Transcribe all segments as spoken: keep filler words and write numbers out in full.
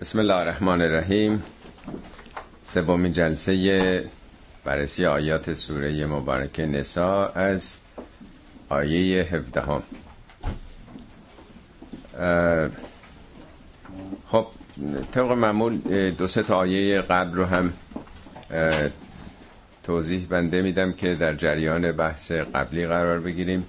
بسم الله الرحمن الرحیم. سومین جلسه بررسی آیات سوره مبارکه نساء از آیه هفده هم. خب طبق معمول دو سه تا آیه قبل رو هم توضیح بنده میدم که در جریان بحث قبلی قرار بگیریم.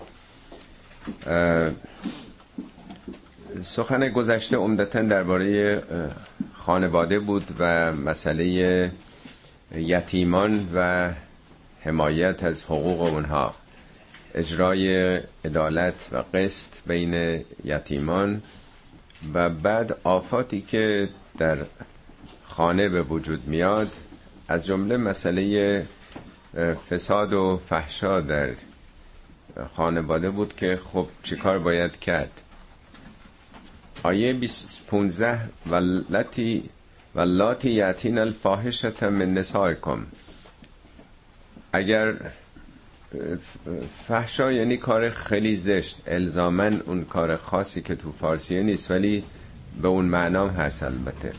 سخن گذشته عمدتاً درباره خانواده بود و مسئله یتیمان و حمایت از حقوق اونها، اجرای عدالت و قسط بین یتیمان و بعد آفاتی که در خانه به وجود میاد، از جمله مسئله فساد و فحشا در خانواده بود که خب چیکار باید کرد. آیه پانزده واللاتی واللاتی یاتین الفاحشة من نسائکم. اگر فحشا یعنی کار خیلی زشت، الزاماً اون کار خاصی که تو فارسیه نیست ولی به اون معنام هست. البته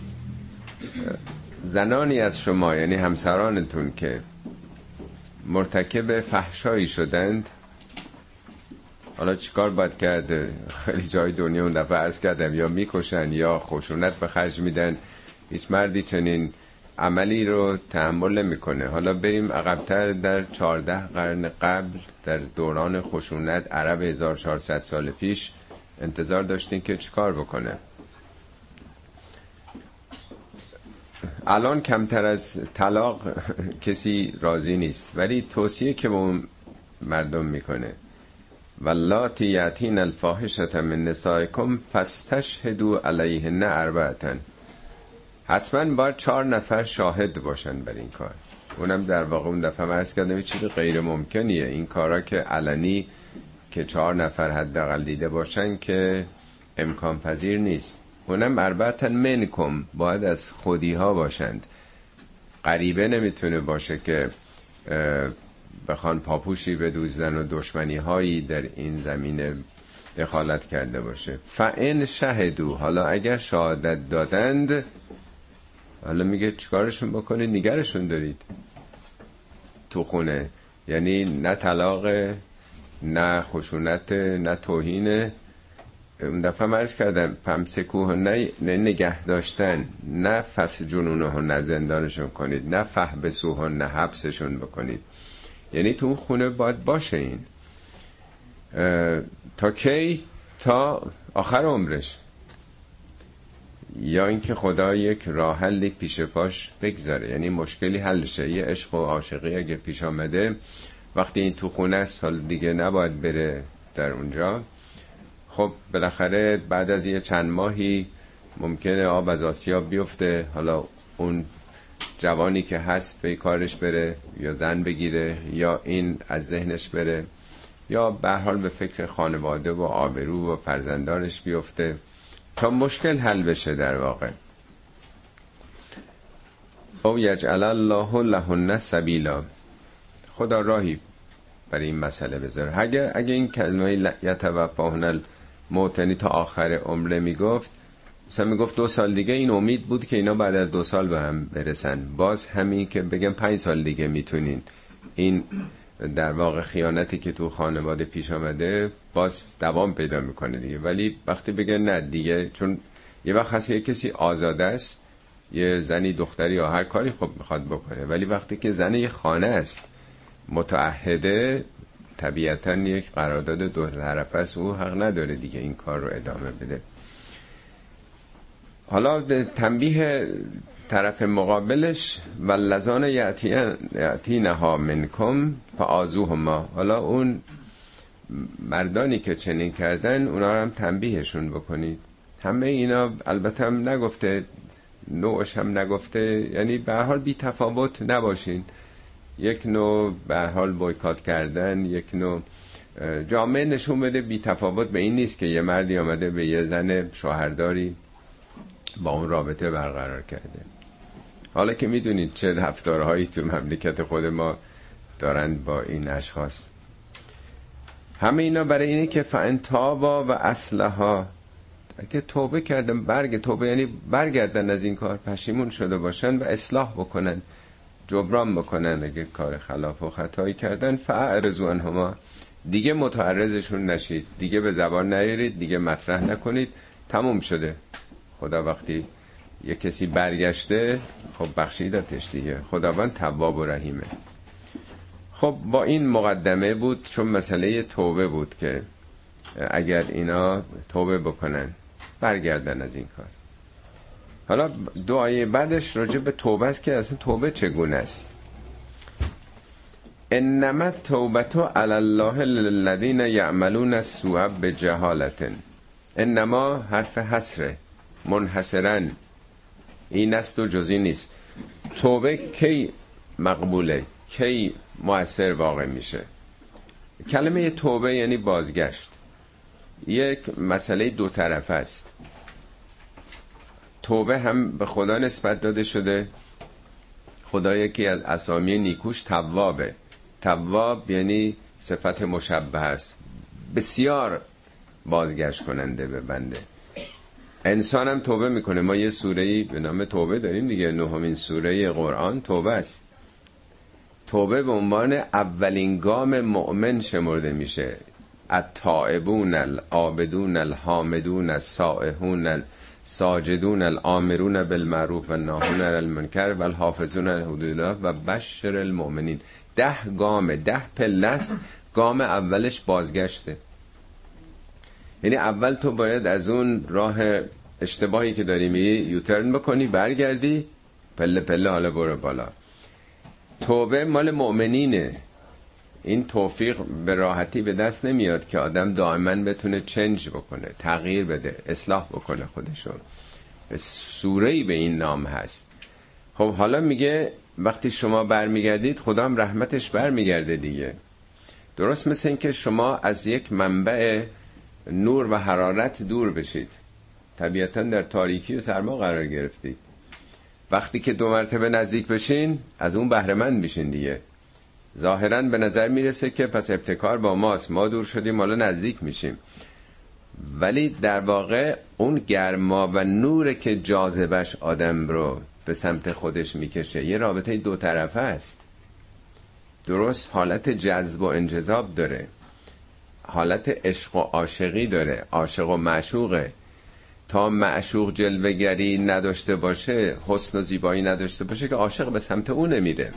زنانی از شما یعنی همسرانتون که مرتکب فحشایی شدند، حالا چیکار باید کرده؟ خیلی جای دنیا اون دفعه عرض کردم یا میکشن یا خشونت به خرج میدن. هیچ مردی چنین عملی رو تحمل نمیکنه. حالا بریم عقب‌تر، در چهارده قرن قبل در دوران خشونت عرب هزار و چهارصد سال پیش انتظار داشتین که چیکار بکنه. الان کمتر از طلاق کسی راضی نیست، ولی توصیه که به اون مردم میکنه واللاتی یاتین الفاحشة من نسائکم فاستشهدوا علیهن اربعة. حتما باید چهار نفر شاهد باشن بر این کار. اونم در واقع اون دفعه عرض کردم یه چیز غیر ممکنیه. این کارا که علنی که چهار نفر حداقل دیده باشن که امکان پذیر نیست. اونم اربعة منکم، باید از خودی ها باشند. غریبه نمیتونه باشه که بخوان پاپوشی بدوزدن و دشمنی هایی در این زمینه دخالت کرده باشه. فان شهدو، حالا اگر شهادت دادند، حالا میگه چیکارشون بکنید؟ نگرشون دارید تو خونه، یعنی نه طلاق، نه خشونت، نه توهین. اون دفعه مرز کردم فمسکوه، نه نگه داشتن، نه فس جنونه، نه زندانشون کنید، نه فحبسوه، نه حبسشون بکنید. یعنی تو اون خونه باید باشه. این تا کی؟ تا آخر عمرش، یا اینکه خدا یک راه حلی پیش پاش بگذاره، یعنی مشکلی حل شه. یه عشق و عاشقی اگه پیش آمده، وقتی این تو خونه است، حال دیگه نباید بره در اونجا. خب بالاخره بعد از یه چند ماهی ممکنه آب از آسیاب بیفته، حالا اون جوانی که هست به کارش بره، یا زن بگیره، یا این از ذهنش بره، یا به هر حال به فکر خانواده و آبرو و فرزندانش بیفته تا مشکل حل بشه در واقع. او یجعل الله لهن سبیلا، خدا راهی برای این مسئله بذاره. اگه اگه این کلمه یتوفاهن الموت تا آخر عمر میگفت، مثلا میگفت دو سال دیگه، این امید بود که اینا بعد از دو سال به هم برسن. باز همین که بگم پنج سال دیگه میتونین، این در واقع خیانتی که تو خانواده پیش آمده باز دوام پیدا میکنه دیگه. ولی وقتی بگن نه دیگه، چون یه وقت هست یه کسی آزاده است، یه زنی دختری یا هر کاری خب میخواد بکنه، ولی وقتی که زن یه خانه است متعهده، طبیعتا یک قرارداد دو طرفه است، او حق نداره دیگه این کار رو ادامه بده. حالا تنبیه طرف مقابلش واللذان یأتینها منکم فآذوهما. حالا اون مردانی که چنین کردن، اونا رو هم تنبیهشون بکنید. همه اینا البته هم نگفته، نوعش هم نگفته، یعنی به هر حال بی تفاوت نباشین. یک نوع به هر حال بویکات کردن، یک نوع جامعه نشون بده بی تفاوت به این نیست که یه مردی آمده به یه زن شوهرداری با اون رابطه برقرار کرده. حالا که میدونید چه رفتارهایی تو مملکت خود ما دارند با این اشخاص. همه اینا برای اینه که فان تابا و اصلحا اگه توبه کردن، برگ توبه یعنی برگردن از این کار، پشیمون شده باشن و اصلاح بکنن، جبران بکنن اگه کار خلاف و خطایی کردن، فاعرضوا عنهما، دیگه متعرضشون نشید، دیگه به زبان نیارید، دیگه مطرح نکنید، تموم شده. خدا وقتی یه کسی برگشته خب بخشیدتش دیگه، خداوند تواب و رحیمه. خب با این مقدمه بود، چون مسئله توبه بود که اگر اینا توبه بکنن برگردن از این کار. حالا دعای بعدش راجع به توبه است که اصلا توبه چگونه است. انما توبتو علی الله للذین یعملون السوء بجهالة. انما حرف حصره، منحصرا این است و جزئی نیست. توبه کی مقبوله، کی مؤثر واقع میشه؟ کلمه توبه یعنی بازگشت، یک مسئله دو طرفه است. توبه هم به خدا نسبت داده شده، خدا یکی از اسامی نیکوش توابه. تواب یعنی صفت مشبه است، بسیار بازگشت کننده به بنده. انسان هم توبه میکنه. ما یه سوره‌ای به نام توبه داریم دیگه، نهمین سوره قرآن توبه است. توبه به عنوان اولین گام مؤمن شمرده میشه. التائبون العابدون الحامدون السائحون الساجدون الآمرون بالمعروف والناهون عن المنکر والحافظون علی حدود الله و بشر المؤمنین. ده گام، ده پلس. گام اولش بازگشته، یعنی اول تو باید از اون راه اشتباهی که داری میری یوترن بکنی، برگردی، پله پله حالا برو بالا. توبه مال مؤمنینه. این توفیق به راحتی به دست نمیاد که آدم دائما بتونه چنج بکنه، تغییر بده، اصلاح بکنه خودشو. سوره‌ای به این نام هست. خب حالا میگه وقتی شما برمیگردید خدا هم رحمتش برمیگرده دیگه. درست مثل این که شما از یک منبع نور و حرارت دور بشید، طبیعتا در تاریکی و سرما قرار گرفتید. وقتی که دو مرتبه نزدیک بشین از اون بهره مند میشین دیگه. ظاهرا به نظر میرسه که پس ابتکار با ماست، ما دور شدیم حالا نزدیک میشیم، ولی در واقع اون گرما و نور که جاذبش آدم رو به سمت خودش میکشه یه رابطه دو طرفه است. درست حالت جذب و انجذاب داره، حالت عشق و عاشقی داره، عاشق و معشوقه. تا معشوق جلوه‌گری نداشته باشه، حسن و زیبایی نداشته باشه که عاشق به سمت اون نمیره.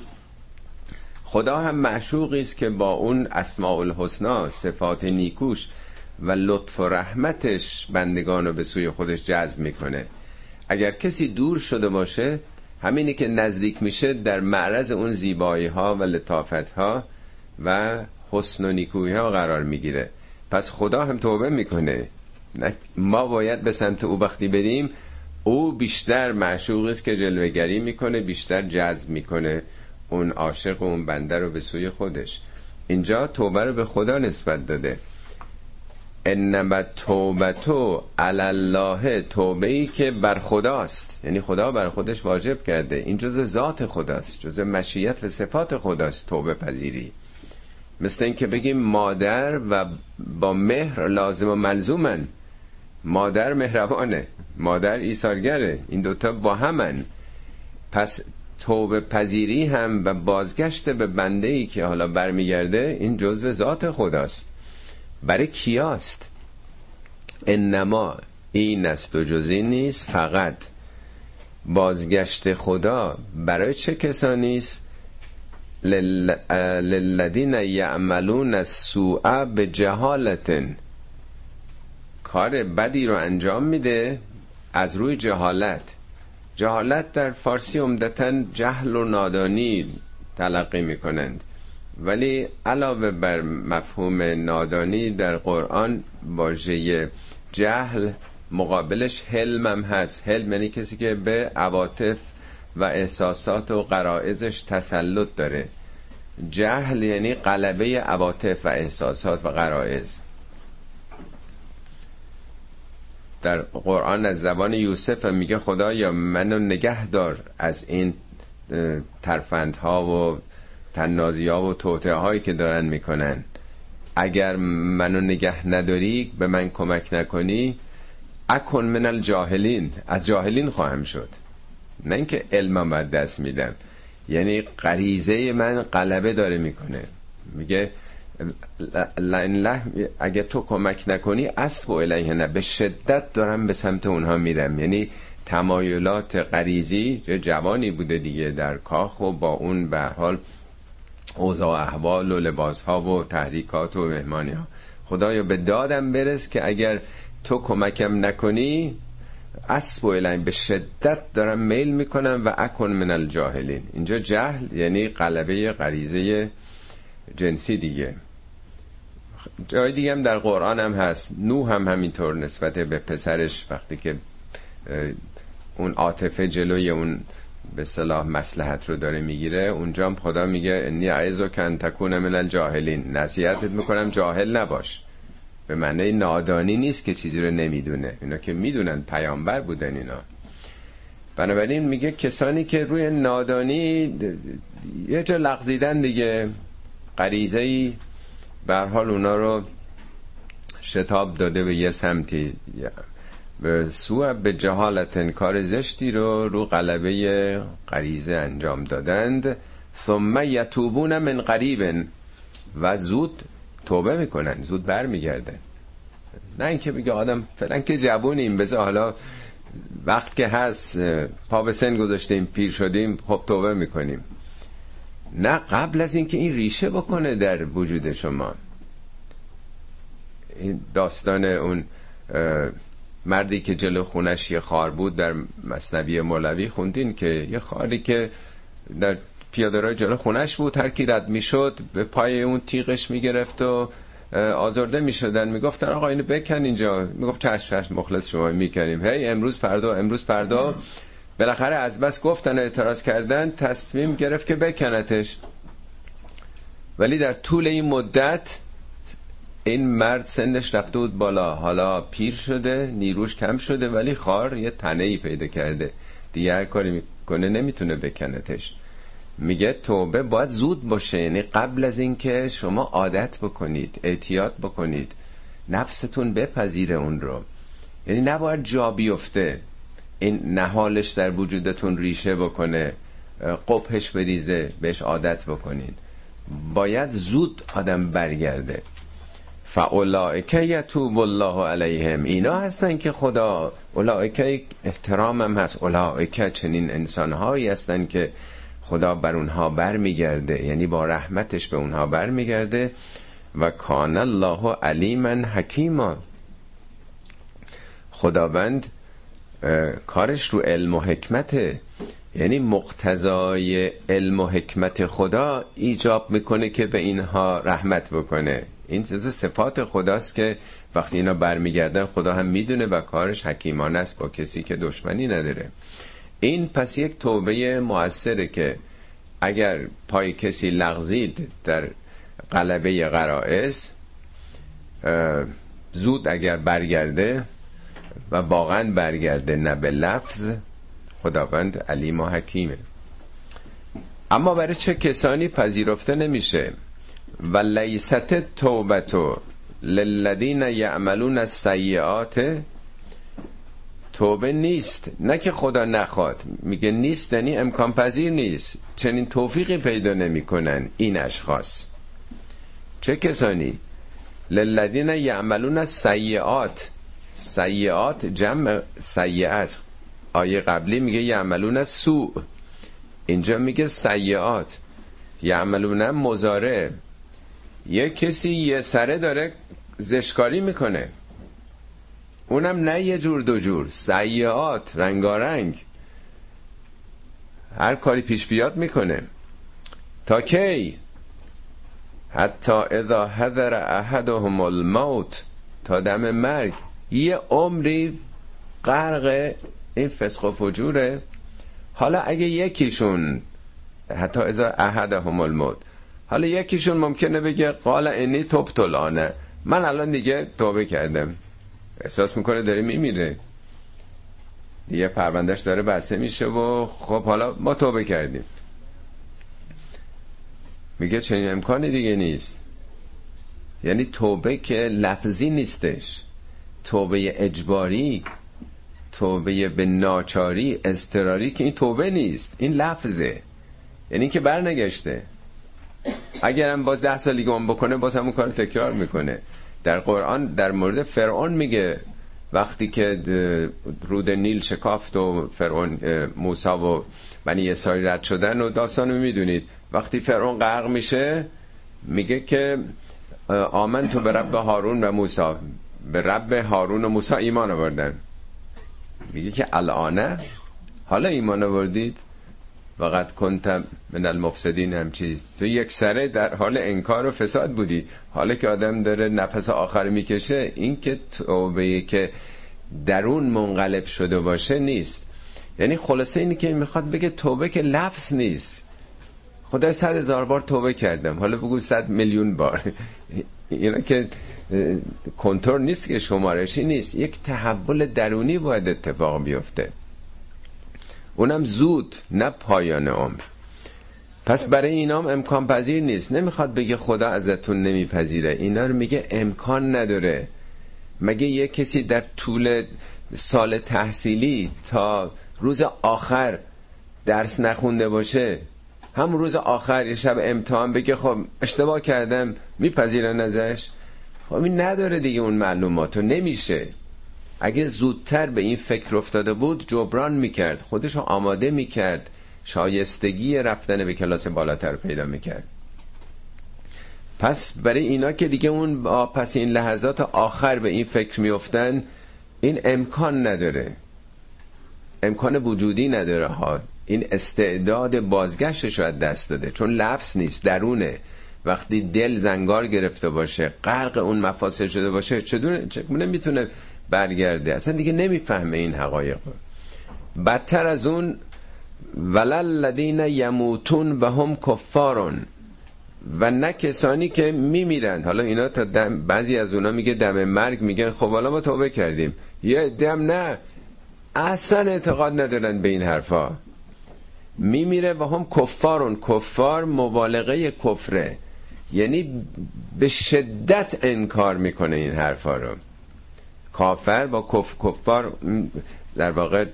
خدا هم معشوقی است که با اون اسماء الحسنا، صفات نیکوش و لطف و رحمتش بندگان رو به سوی خودش جذب میکنه. اگر کسی دور شده باشه، همینی که نزدیک میشه در معرض اون زیبایی ها و لطافت ها و حسن و نیکویی ها قرار میگیره. پس خدا هم توبه میکنه. ما باید به سمت او وقتی بریم، او بیشتر معشوقی است که جلوه‌گری میکنه، بیشتر جذب میکنه اون عاشق و اون بنده رو به سوی خودش. اینجا توبه رو به خدا نسبت داده. انما توبتو علی الله، توبه‌ای که بر خداست، یعنی خدا بر خودش واجب کرده. این جزء ذات خداست، جزء مشیت و صفات خداست. توبه پذیری مثل این که بگیم مادر و با مهر لازم و ملزومن. مادر مهربانه، مادر ایثارگره، این دوتا با همن. پس توبه پذیری هم و بازگشت به بنده‌ای که حالا برمیگرده، این جزء ذات خداست. برای کیاست؟ انما این است و جزئی نیست. فقط بازگشت خدا برای چه کسانی است؟ للذین یعملون السوء بجهالة، کار بدی رو انجام میده از روی جهالت. جهالت در فارسی عمدتاً جهل و نادانی تلقی میکنند، ولی علاوه بر مفهوم نادانی در قرآن واژه جهل مقابلش حلم هم هست. حلم یعنی کسی که به عواطف و احساسات و غرایزش تسلط داره. جهل یعنی غلبه عواطف و احساسات و غرایز. در قرآن از زبان یوسف میگه خدایا منو نگه دار از این ترفندها و تنازی ها و توطئه هایی که دارن میکنن. اگر منو نگه نداری، به من کمک نکنی، اکن من الجاهلین، از جاهلین خواهم شد. نه اینکه علمم باید دست میدم، یعنی غریزه من غلبه داره میکنه. میگه لا اگه تو کمک نکنی اسب و الیه، نه به شدت دارم به سمت اونها میرم. یعنی تمایلات غریزی، جوانی بوده دیگه در کاخ و با اون به هر حال اوضاع احوال و لباس ها و تحریکات و مهمانی ها، خدایا به دادم برس که اگر تو کمکم نکنی اسب و الیه، به شدت دارم میل میکنم و اکن من الجاهلین. اینجا جهل یعنی غلبه غریزه جنسی دیگه. جای دیگه هم در قرآن هم هست، نوح هم همینطور نسبت به پسرش وقتی که اون عاطفه جلوی اون به صلاح مصلحت رو داره میگیره، اونجا هم خدا میگه انی اعظک ان تکون من الجاهلین، نصیحتت میکنم جاهل نباش. به معنی نادانی نیست که چیزی رو نمیدونه، اینا که میدونن، پیامبر بودن اینا. بنابراین میگه کسانی که روی نادانی یه جا لغزیدن دیگه، غریزه‌ای به هر حال اونا رو شتاب داده به یه سمتی، به سوء به جهالت، کار زشتی رو رو غلبه غریزه انجام دادند. ثم یتوبون من قریب، و زود توبه میکنن، زود بر میگردن. نه اینکه بگه آدم فلان که جوونیم بذار حالا وقت که هست پا به سن گذاشتیم پیر شدیم خب توبه میکنیم. نه، قبل از اینکه این ریشه بکنه در وجود شما. این داستان اون مردی که جلو خونش یه خار بود در مثنوی مولوی خوندین که یه خاری که در پیاده‌روی جلو خونش بود، هر کی رد میشد به پای اون تیغش میگرفت و آزرده میشدن، میگفتن آقا اینو بکن اینجا، میگفت چشم چشم مخلص شما میکنیم، هی امروز فردا امروز فردا. بالاخره از بس گفتن اعتراض کردن تصمیم گرفت که بکنتش. ولی در طول این مدت این مرد سنش رفته بود بالا، حالا پیر شده، نیروش کم شده، ولی خار یه تنه‌ای پیدا کرده دیگه، هر کاری میکنه نمیتونه بکنتش. میگه توبه باید زود باشه، یعنی قبل از اینکه شما عادت بکنید، اعتیاد بکنید، نفستون بپذیره اون رو. یعنی نباید جا بیفته، این نهالش در وجودتون ریشه بکنه، قبحش بریزه، بهش عادت بکنید. باید زود آدم برگرده. فاولائک یتوب الله علیهم، اینا هستن که خدا، اولائک احترام هم هست، اولائک چنین انسانهایی هستن که خدا بر اونها بر میگرده، یعنی با رحمتش به اونها بر میگرده. و کان الله علیما حکیما، خداوند کارش رو علم و حکمته، یعنی مقتضای علم و حکمت خدا ایجاب میکنه که به اینها رحمت بکنه. این صفات خداست که وقتی اینا برمیگردن خدا هم میدونه و کارش حکیمانه است با کسی که دشمنی نداره. این پس یک توبه مؤثره که اگر پای کسی لغزید در غلبه غرائز، زود اگر برگرده و واقعا برگرده، نه به لفظ، خداوند علیم و حکیمه. اما برای چه کسانی پذیرفته نمیشه؟ و لیست توبتو للذین یعملون السیئات، توبه نیست، نه که خدا نخواد، میگه نیست یعنی امکان پذیر نیست، چنین توفیقی پیدا نمیکنن این اشخاص. چه کسانی؟ للذین یعملون السیئات، سیئات جمع سیئه است. آیه قبلی میگه یعملون السوء، اینجا میگه سیئات. یعملون مضارع، یه کسی یه سره داره زشکاری میکنه، اونم نه یه جور دو جور، سیئات رنگارنگ، هر کاری پیش بیاد میکنه. تا کی؟ حتی اذا حضر احدهم الموت، تا دم مرگ، یه عمری غرق این فسق و فجوره. حالا اگه یکیشون، حتی اذا احدهم الموت، حالا یکیشون ممکنه بگه قال انی تبت الان، من الان دیگه توبه کردم، احساس میکنه داره میمیره دیگه، پروندهش داره بسته میشه و خب حالا ما توبه کردیم. میگه چنین امکانی دیگه نیست. یعنی توبه که لفظی نیستش، توبه اجباری، توبه به ناچاری، اضطراری، که این توبه نیست، این لفظه، یعنی که بر نگشته. اگرم باز ده سال دیگه اون بکنه باز همون کار تکرار میکنه. در قرآن در مورد فرعون میگه وقتی که رود نیل شکافت و فرعون موسی و بنی اسرائیل رد شدن و داستانو میدونید، وقتی فرعون غرق میشه میگه که آمنتو به رب هارون و موسی، به رب هارون و موسی ایمان آوردن. میگه که الان حالا ایمان آوردید، وقت کنتم من المفسدین، هم چیز تو یک سره در حال انکار و فساد بودی، حالا که آدم داره نفس آخر میکشه، این که توبه که درون منقلب شده باشه نیست. یعنی خلاصه اینی که میخواد بگه توبه که لفظ نیست. خدای صد هزار بار توبه کردم، حالا بگو صد میلیون بار. اینا که کنترل نیست، که شمارشی نیست، یک تحول درونی باید اتفاق بیفته، اونم زود، نه پایان عمر. پس برای اینام امکان پذیر نیست. نمیخواد بگه خدا ازتون نمیپذیره، اینا رو میگه امکان نداره. مگه یه کسی در طول سال تحصیلی تا روز آخر درس نخونده باشه، هم روز آخر یه شب امتحان بگه خب اشتباه کردم، میپذیرن ازش؟ خب این نداره دیگه اون معلوماتو، نمیشه. اگه زودتر به این فکر افتاده بود جبران میکرد، خودشو آماده میکرد، شایستگی رفتن به کلاس بالاتر پیدا میکرد. پس برای اینا که دیگه اون پس این لحظات آخر به این فکر میافتن، این امکان نداره، امکان وجودی نداره ها. این استعداد بازگشتش رو از دست داده، چون لفظ نیست، درونه. وقتی دل زنگار گرفته باشه، غرق اون مفاصل شده باشه، چطور چگونه میتونه برگرده؟ اصلا دیگه نمیفهمه این حقایق. بدتر از اون ولل الذین یموتون و هم کفارون، و نه کسانی که میمیرن. حالا اینا تا دم، بعضی از اونا میگه دم مرگ میگن خب حالا ما توبه کردیم، یه دم نه، اصلا اعتقاد ندارن به این حرفا. میمیره و هم کفارون، کفار مبالغه کفره، یعنی به شدت انکار میکنه این حرفا رو. کافر با کف کفار در واقع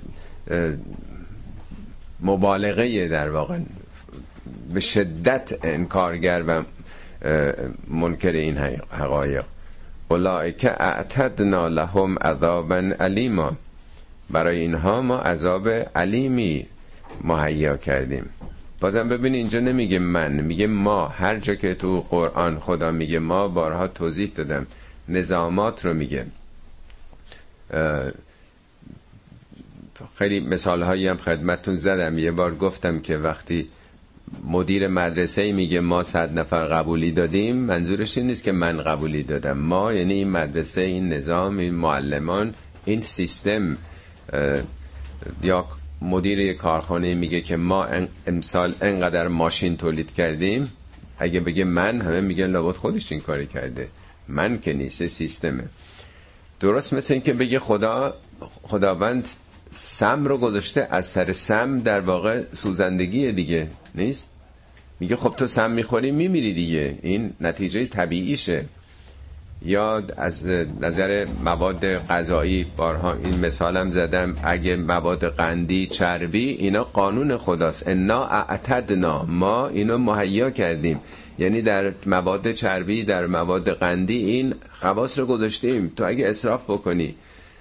مبالغه، در واقع به شدت انکارگر و منکر این حقایق. اولئک اعتدنا لهم عذابا الیما، برای اینها ما عذاب علیمی مهیا کردیم. بازم ببین اینجا نمیگه من، میگه ما. هر جا که تو قرآن خدا میگه ما، بارها توضیح دادم، نظامات رو میگه. خیلی مثال هایی هم خدمتتون زدم. یه بار گفتم که وقتی مدیر مدرسه میگه ما صد نفر قبولی دادیم، منظورش این نیست که من قبولی دادم، ما یعنی این مدرسه، این نظام، این معلمان، این سیستم. یا مدیر یک کارخانه میگه که ما امسال انقدر ماشین تولید کردیم، اگه بگه من، همه میگن لابد خودش این کاری کرده. من که نیست، سیستمه. درست مثل این که بگه خدا خداوند سم رو گذاشته، از سر سم در واقع سوزندگی دیگه نیست. میگه خب تو سم میخوری میمیری دیگه، این نتیجه طبیعیشه. یا از نظر مواد غذایی، بارها این مثالم زدم، اگه مواد قندی، چربی، اینا قانون خداست. انا اعتدنا، ما اینو مهیا کردیم، یعنی در مواد چربی، در مواد قندی این خواص رو گذاشتیم. تو اگه اسراف بکنی،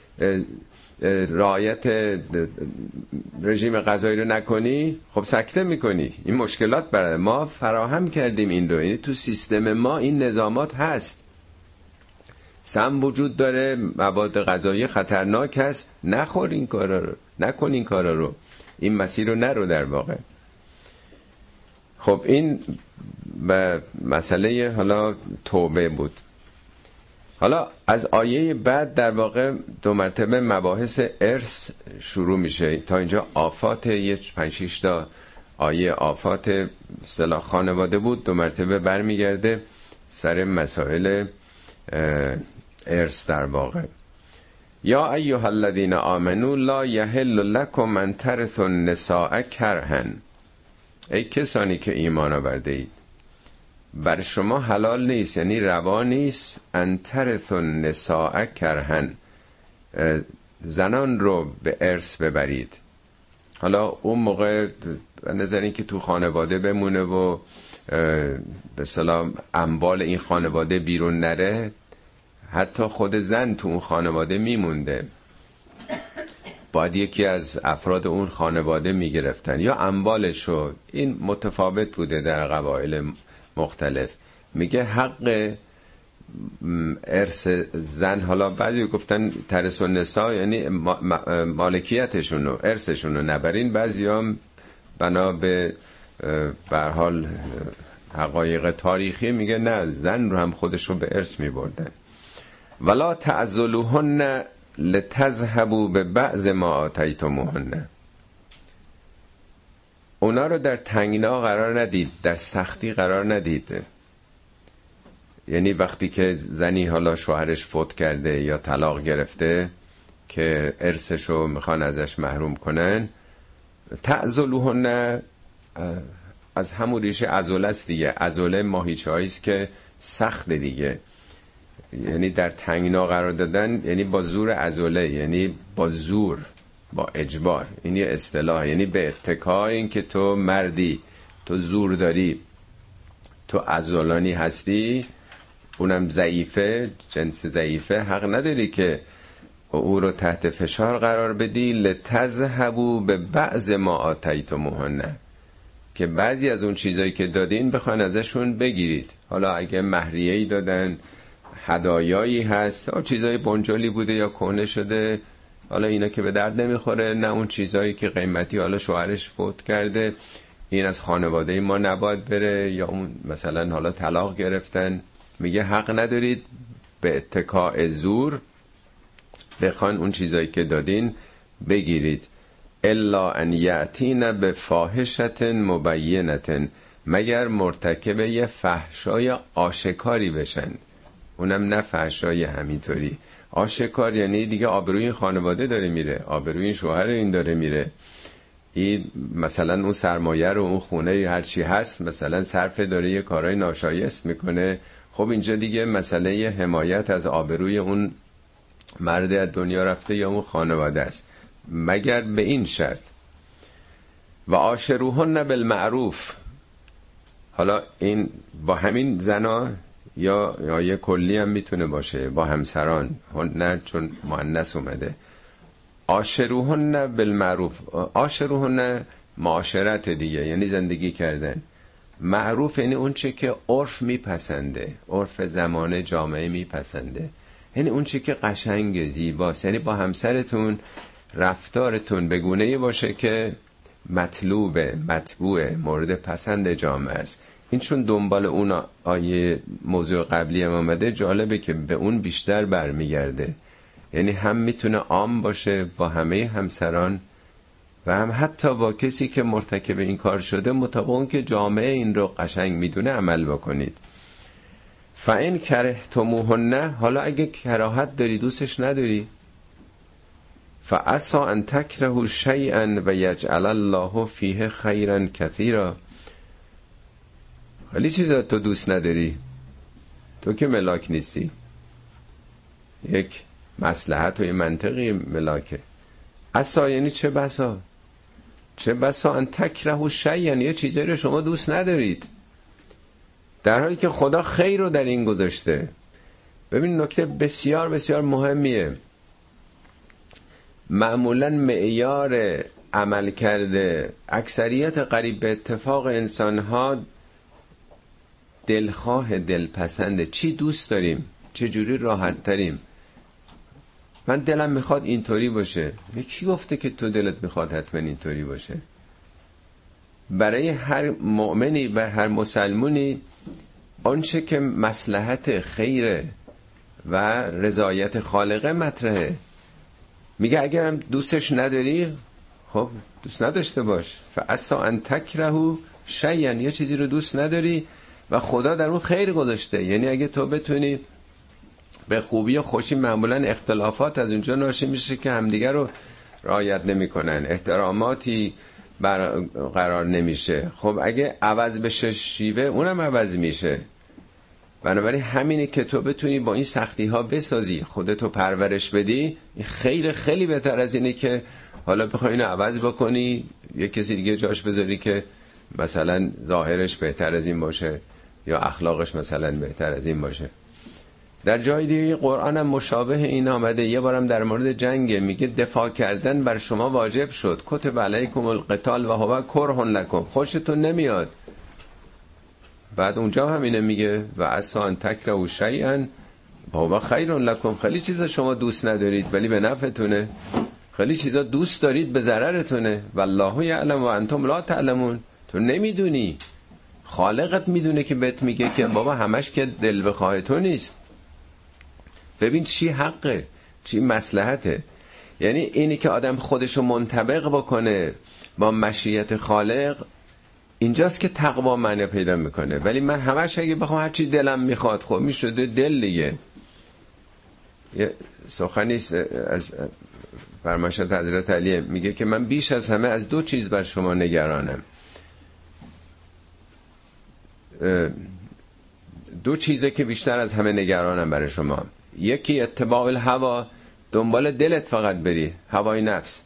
رعایت رژیم غذایی رو نکنی، خب سکته میکنی. این مشکلات برای ما فراهم کردیم این رو، یعنی تو سیستم ما این نظامات هست. سم وجود داره، مواد غذایی خطرناک هست، نخور این کارا رو، نکن این کارا رو، این مسیر رو نرو در واقع. خب این به مسئله حالا توبه بود. حالا از آیه بعد در واقع دو مرتبه مباحث ارث شروع میشه. تا اینجا آفات، یه پنج شش تا آیه آفات اصطلاح خانواده بود، دو مرتبه برمیگرده سر مسائل ارث در واقع. یا ایها الذین آمنوا لا یحل لکم ان ترثوا النساء کرها، ای کسانی که ایمان آورده اید، بر شما حلال نیست، یعنی روا نیست، ان ترثوا النساء کرها، زنان رو به ارث ببرید. حالا اون موقع به نظر این که تو خانواده بمونه و به سلام اموال این خانواده بیرون نره، حتی خود زن تو اون خانواده میمونده، باید یکی از افراد اون خانواده میگرفتن یا اموالشو. این متفاوت بوده در قبایل مختلف. میگه حق ارث زن، حالا بعضی گفتن ترث النساء یعنی مالکیتشونو ارثشونو نبرین، بعضی هم بنا به به هر حال حقایق تاریخی میگه نه، زن رو هم خودش رو به ارث میبردن. ولا تعذلوهن لتذهبوا به بعض ما آتیتموهن. اونا رو در تنگنا قرار ندید، در سختی قرار ندید. یعنی وقتی که زنی حالا شوهرش فوت کرده یا طلاق گرفته که ارثشو میخوان ازش محروم کنن، تعذلوهن از همون ریشه عذله است دیگه. عذله ماهیچه هاییست که سخت دیگه، یعنی در تنگنا قرار دادن یعنی با زور عذله، یعنی با زور، با اجبار. این یه اصطلاح، یعنی به اتکای این که تو مردی، تو زور داری، تو عضلانی هستی، اونم ضعیفه، جنس ضعیفه، حق نداری که او رو تحت فشار قرار بدی. لتذهبوا به بعض ما آتیتموهن، که بعضی از اون چیزایی که دادین بخوان ازشون بگیرید. حالا اگه مهریه‌ای دادن، هدایایی هست، اون چیزای بنجلی بوده یا کهنه شده، حالا اینا که به درد نمیخوره، نه اون چیزایی که قیمتی حالا شوهرش فوت کرده این از خانواده ما نباید بره، یا اون مثلا حالا طلاق گرفتن، میگه حق ندارید به اتکاء زور بخوان اون چیزایی که دادین بگیرید. الا ان یاتین بفاحشة مبینة، مگر مرتکب یه فحشای آشکاری بشن. اونم نه فحشای همینطوری، آشکار یعنی دیگه آبروی این خانواده داره میره، آبروی این شوهر این داره میره، این مثلا اون سرمایه رو، اون خونه هرچی هست مثلا صرف داره یه کارهای ناشایست میکنه. خب اینجا دیگه مسئله حمایت از آبروی اون مرد از دنیا رفته یا اون خانواده است، مگر به این شرط. و عاشروهن بالمعروف. حالا این با همین زنا یا یا یه کلی هم میتونه باشه، با همسران، نه چون مؤنث اومده. عاشروهن بالمعروف. عاشروهن معاشرت دیگه، یعنی زندگی کردن. معروف یعنی اون چه که عرف میپسنده، عرف زمانه جامعه میپسنده، یعنی اون چه که قشنگ زیباست. یعنی با همسرتون رفتارتون به گونه‌ای باشه که مطلوب، مطبوع، مورد پسند جامعه است. این چون دنبال اون آیه موضوع قبلی هم آمده، جالبه که به اون بیشتر برمیگرده. یعنی هم میتونه عام باشه با همه همسران و هم حتی با کسی که مرتکب این کار شده، مطابق اون که جامعه این رو قشنگ میدونه عمل بکنید. فَإِنْ كَرِهْتُمُوهُنَّ، حالا اگه کراهت داری، دوستش نداری، فَعَسَىٰ أَن تَكْرَهُوا شَيْئًا وَيَجْعَلَ اللَّهُ فِيهِ خَيْرًا كَثِيرًا. ولی چیزا تو دوست نداری، تو که ملاک نیستی، یک مصلحت و یک منطقی ملاکه. عسا یعنی چه بسا، چه بسا ان تکرهوا شیئا، یعنی یه چیزی رو شما دوست ندارید در حالی که خدا خیر رو در این گذاشته. ببین نکته بسیار بسیار مهمیه. معمولا معیار عمل کرده اکثریت قریب به اتفاق انسان‌ها دلخواه، دلپسنده. چی دوست داریم، چه جوری راحت تریم. من دلم میخواد اینطوری باشه. کی گفته که تو دلت میخواد حتما اینطوری باشه؟ برای هر مؤمنی، بر هر مسلمونی، آنچه که مصلحت خیره و رضایت خالقه مطرحه. میگه اگرم دوستش نداری، خب دوست نداشته باش. فعسى ان تکرهوا شیئا، یه چیزی رو دوست نداری و خدا در اون خیر گذاشته. یعنی اگه تو بتونی به خوبی و خوشی، معمولا اختلافات از اونجا ناشی میشه که همدیگر رو رعایت نمیکنن، احتراماتی برقرار نمیشه. خب اگه عوض بشه شیوه، اونم عوض میشه. بنابراین همینه که تو بتونی با این سختی ها بسازی، خودتو پرورش بدی، خیلی خیلی بهتر از اینه که حالا بخوای اینو عوض بکنی یه کسی دیگه جاش بذاری که مثلا ظاهرش بهتر از این باشه یا اخلاقش مثلا بهتر از این باشه. در جای دیگه قرآن هم مشابه این آمده، یه بارم در مورد جنگ میگه دفاع کردن بر شما واجب شد، کتب علیکم القتال و هو کره لکم، خوشتون نمیاد. بعد اونجا همینه میگه و عسى ان تکرهوا شیئا و هو خیر لکم، خیلی چیزا شما دوست ندارید ولی به نفعتونه، خیلی چیزا دوست دارید به ضررتونه. والله یعلم و انتم لا تعلمون، تو نمیدونی، خالقت میدونه که بهت میگه که بابا همش که دل بخواه تو نیست. ببین چی حقه، چی مصلحته. یعنی اینی که آدم خودشو منطبق بکنه با مشیت خالق، اینجاست که تقوا معنی پیدا میکنه. ولی من همش اگه بخوام هر چی دلم میخواد، خب میشده دل دیگه. یه سخنی از فرمایشات حضرت علی میگه که من بیش از همه از دو چیز بر شما نگرانم. دو چیزه که بیشتر از همه نگرانم برای شما. یکی اتباع الهوا، دنبال دلت فقط بری، هوای نفس.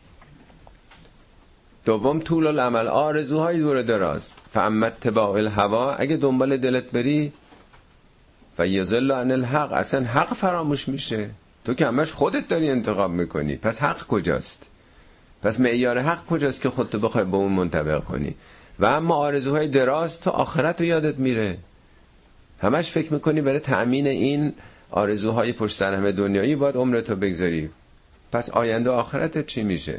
دوم طول الامل، آرزوهای دور دراز. فاما اتباع الهوا، اگه دنبال دلت بری، فیضل عن الحق، اصلا حق فراموش میشه. تو که همش خودت داری انتخاب میکنی، پس حق کجاست؟ پس معیار حق کجاست که خودتو بخوای به اون منطبق کنی؟ و اما آرزوهای دراز، تو آخرت رو یادت میره، همش فکر میکنی برای تأمین این آرزوهای پشت سر همه دنیایی باید عمرتو بگذاری، پس آینده آخرتت چی میشه؟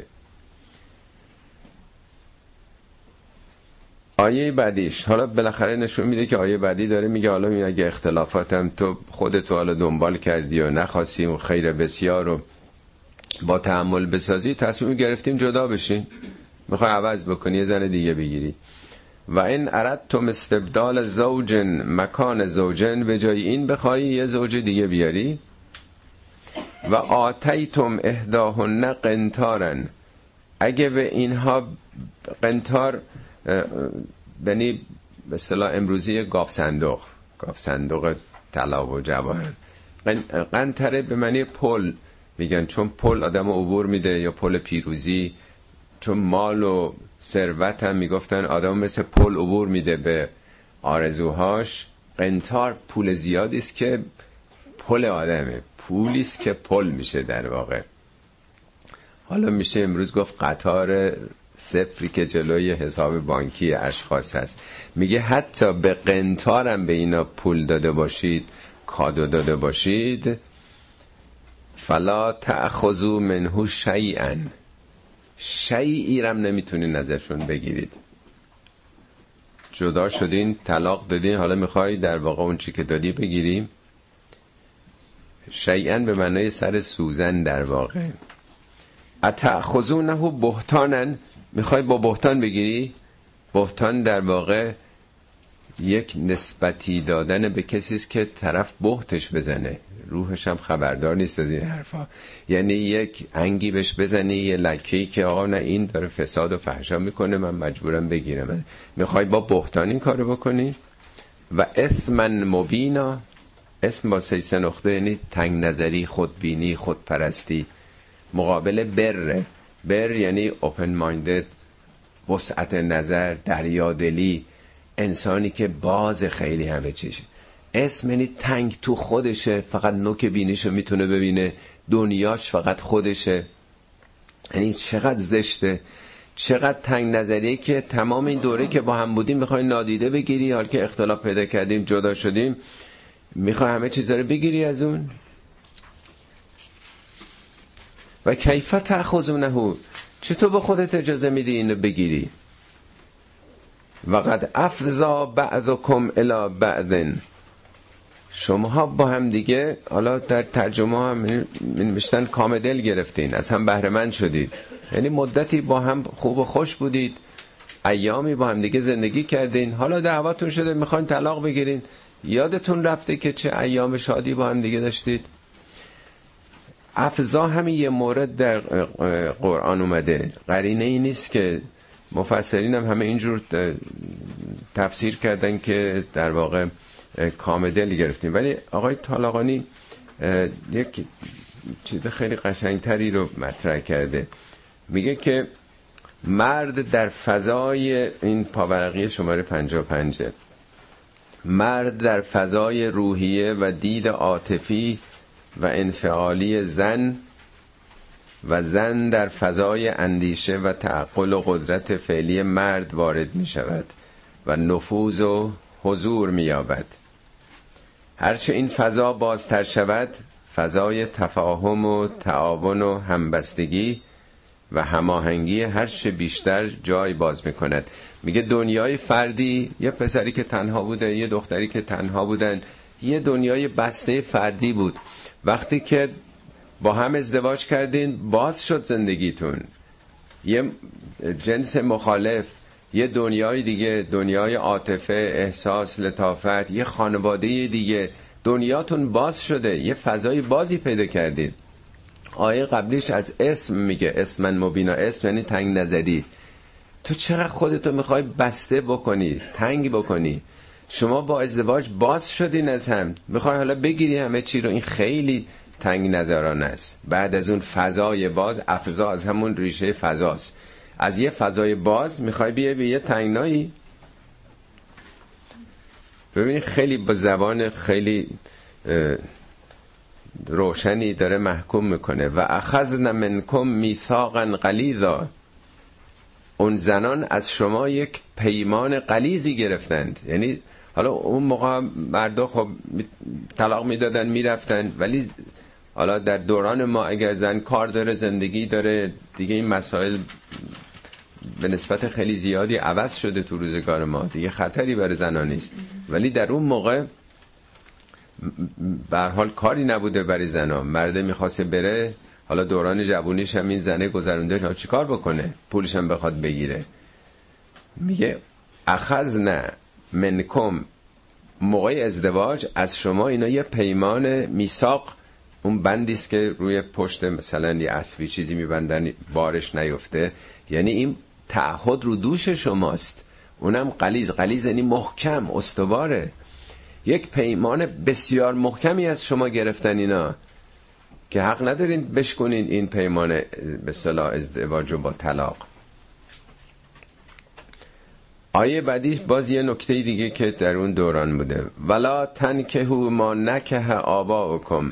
آیه بعدیش حالا بالاخره نشون میده که آیه بعدی داره میگه حالا این اگه اختلافاتم تو خودت حالا دنبال کردی و نخواستی و خیر بسیار رو با تحمل بسازی، تصمیم گرفتیم جدا بشین، میخوای عوض بکنی، یه زن دیگه بگیری. و این اردتم استبدال زوجن مکان زوجن، به جای این بخوای یه زوج دیگه بیاری. و آتیتم احداهن قنطارن، اگه به اینها قنطار یعنی به اصطلاح امروزی گاف صندوق، گاف صندوق طلا و جواهر، قنطره به معنی پل میگن، چون پل آدم عبور میده، یا پل پیروزی، چون مال و ثروت هم میگفتن آدم مثل پل عبور میده به آرزوهاش. قنطار پول زیادی است که پل آدمه، پولی است که پل میشه در واقع. حالا میشه امروز گفت قطار صفری که جلوی حساب بانکی اشخاص هست. میگه حتی به قنطارم به اینا پول داده باشید، کادو داده باشید، فلا تأخذوا منه شیئا، شیئی رم نمیتونین ازشون بگیرید. جدا شدین، طلاق دادین، حالا میخوای در واقع اون چی که دادی بگیریم. شیئا به معنای سر سوزن در واقع. اتأخذونه بهتانا، میخوای با بهتان بگیری. بهتان در واقع یک نسبتی دادن به کسی است که طرف بهتش بزنه، روحش هم خبردار نیست از این حرفا. یعنی یک انگی بهش بزنی، یه لکه‌ای که آقا نه این داره فساد و فحشا میکنه، من مجبورم بگیرم. میخوای با بهتان این کارو بکنی. و اثما مبینا، اسم با سه نقطه، یعنی تنگ نظری، خودبینی، خودپرستی. مقابل بر، بر یعنی اوپن مایندد، وسعت نظر، دریادلی، انسانی که باز خیلی همه چیشه. اسم یعنی تنگ تو خودشه، فقط نوک بینیشو میتونه ببینه، دنیاش فقط خودشه. یعنی چقدر زشته، چقدر تنگ نظریه که تمام این دوره که با هم بودیم میخوای نادیده بگیری، حال که اختلاف پیدا کردیم، جدا شدیم، میخوای همه چیزا رو بگیری از اون. و کیف تأخذونه، چطور به خودت اجازه میدی اینو بگیری؟ وقد افضا بعضکم الی بعض، شماها با هم دیگه، حالا در ترجمه هم نوشتن کام دل گرفتین، از هم بهره مند شدید. یعنی مدتی با هم خوب و خوش بودید، ایامی با هم دیگه زندگی کردین، حالا دعواتون شده میخواین طلاق بگیرین. یادتون رفته که چه ایام شادی با هم دیگه داشتید. افضا همین یه مورد در قرآن اومده، قرینه ای نیست که مفسرین هم همه اینجور تفسیر کردن که در واقع کام دل گرفتیم. ولی آقای طالقانی یک چیز خیلی قشنگتری رو مطرح کرده، میگه که مرد در فضای، این پاورقی شماره پنجاه و پنج، مرد در فضای روحیه و دید عاطفی و انفعالی زن و زن در فضای اندیشه و تعقل و قدرت فعلی مرد وارد می شود و نفوذ و حضور می یابد. هرچه این فضا بازتر شود، فضای تفاهم و تعاون و همبستگی و هماهنگی هرچه بیشتر جای باز می کند. میگه دنیای فردی، یه پسری که تنها بوده، یه دختری که تنها بودن، یه دنیای بسته فردی بود. وقتی که با هم ازدواج کردین باز شد زندگیتون، یه جنس مخالف، یه دنیای دیگه، دنیای عاطفه، احساس، لطافت، یه خانواده دیگه، دنیاتون باز شده، یه فضای بازی پیدا کردید. آیه قبلیش از اسم میگه، اسمن مبینا، اسم یعنی تنگ نظری. تو چقدر خودتو میخوای بسته بکنی، تنگ بکنی؟ شما با ازدواج باز شدین از هم، میخوای حالا بگیری همه چی رو. این خیلی تنگ نظرانه است. بعد از اون فضای باز، افضا از همون ریشه فضاست، از یه فضای باز میخوای بیای به یه تنگنایی. ببینید خیلی با زبان خیلی روشنی داره محکوم میکنه. و اخذن منکم میثاقا غلیظا، اون زنان از شما یک پیمان غلیظی گرفتند. یعنی حالا اون موقع مردا خب طلاق میدادن میرفتن، ولی حالا در دوران ما اگر زن کار داره، زندگی داره دیگه، این مسائل به نسبت خیلی زیادی عوض شده تو روزگار ما، دیگه خطری برای زنان نیست. ولی در اون موقع به هر حال کاری نبوده برای زنا، مرده میخواسته بره، حالا دوران جوونیش هم این زنه گذرونده، چی کار بکنه؟ پولش هم بخواد بگیره. میگه اخذنا منکم، موقع ازدواج از شما اینا یه پیمان میثاق، اون بندیست که روی پشت مثلا یه اسبی چیزی میبندن بارش نیفته، یعنی این تعهد رو دوش شماست. اونم غلیظ، غلیظ یعنی محکم، استواره. یک پیمان بسیار محکمی از شما گرفتن اینا که حق ندارین بشکنین این پیمان به اصطلاح ازدواج با طلاق. آیه بعدیش باز یه نکته دیگه که در اون دوران بوده، ولا تنکحوا ما نکح آباؤکم،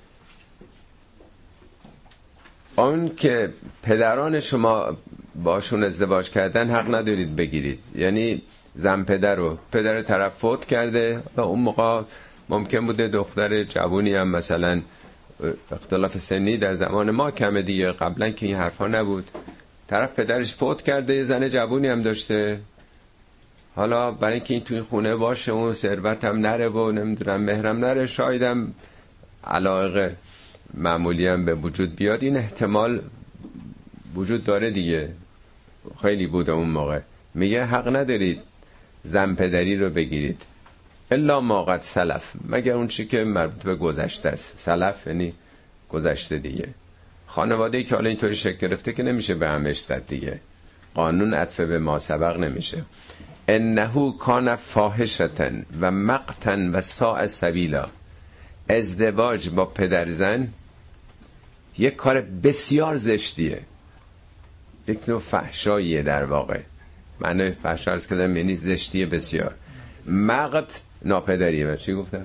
اون که پدران شما باشون ازدواج کردن حق ندارید بگیرید. یعنی زن پدر رو، پدر طرف فوت کرده و اون موقع ممکن بوده دختر جوونی هم، مثلا اختلاف سنی در زمان ما کمه دیگه، قبلا که این حرفا نبود، طرف پدرش فوت کرده، یه زن جوونی هم داشته، حالا برای اینکه این توی خونه باشه، اون ثروت هم نره و نمیدونم مهرم نره، شایدم علاقه معمولی هم به وجود بیاد، این احتمال وجود داره دیگه، خیلی بوده اون موقع. میگه حق ندارید زن پدری رو بگیرید، الا ما قد سلف، مگر اون چی که مربوط به گذشته است. سلف یعنی گذشته دیگه. خانواده‌ای که حالا اینطوری شکل گرفته که نمیشه به همش زد دیگه، قانون عطف به ما سبق نمیشه. انه کان فاحشة و مقتا و ساء سبیلا، ازدواج با پدرزن یک کار بسیار زشتیه، یک نوع فحشاییه در واقع. معنی فحشا از کلمه یعنی زشتی بسیار. مقت ناپدریه. من چی گفتم؟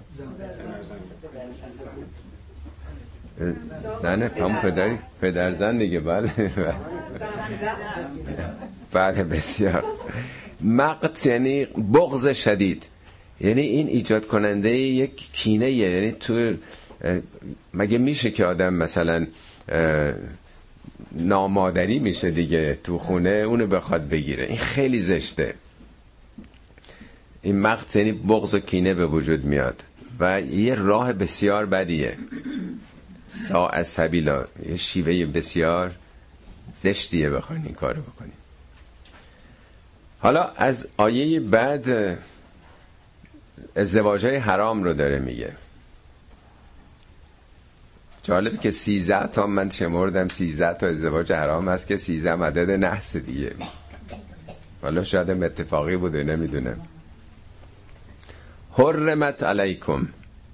زنه هم پدری، پدر زن دیگه. بله بله بسیار. مقت یعنی بغض شدید، یعنی این ایجاد کننده یک کینه، یعنی تو مگه میشه که آدم مثلا نامادری میشه دیگه تو خونه اونو بخواد بگیره؟ این خیلی زشته. این مقت یعنی بغض و کینه به وجود میاد و یه راه بسیار بدیه. ساء سبیلا، یه شیوه بسیار زشتیه بخواین این کارو بکنی. حالا از آیه بعد ازدواجهای حرام رو داره میگه. جالبه که سیزده تا من شمردم، سیزده تا ازدواج حرام هست که سیزده عدد نحس دیگه. حالا شاید اتفاقی بوده نمیدونم. حرمت علیکم،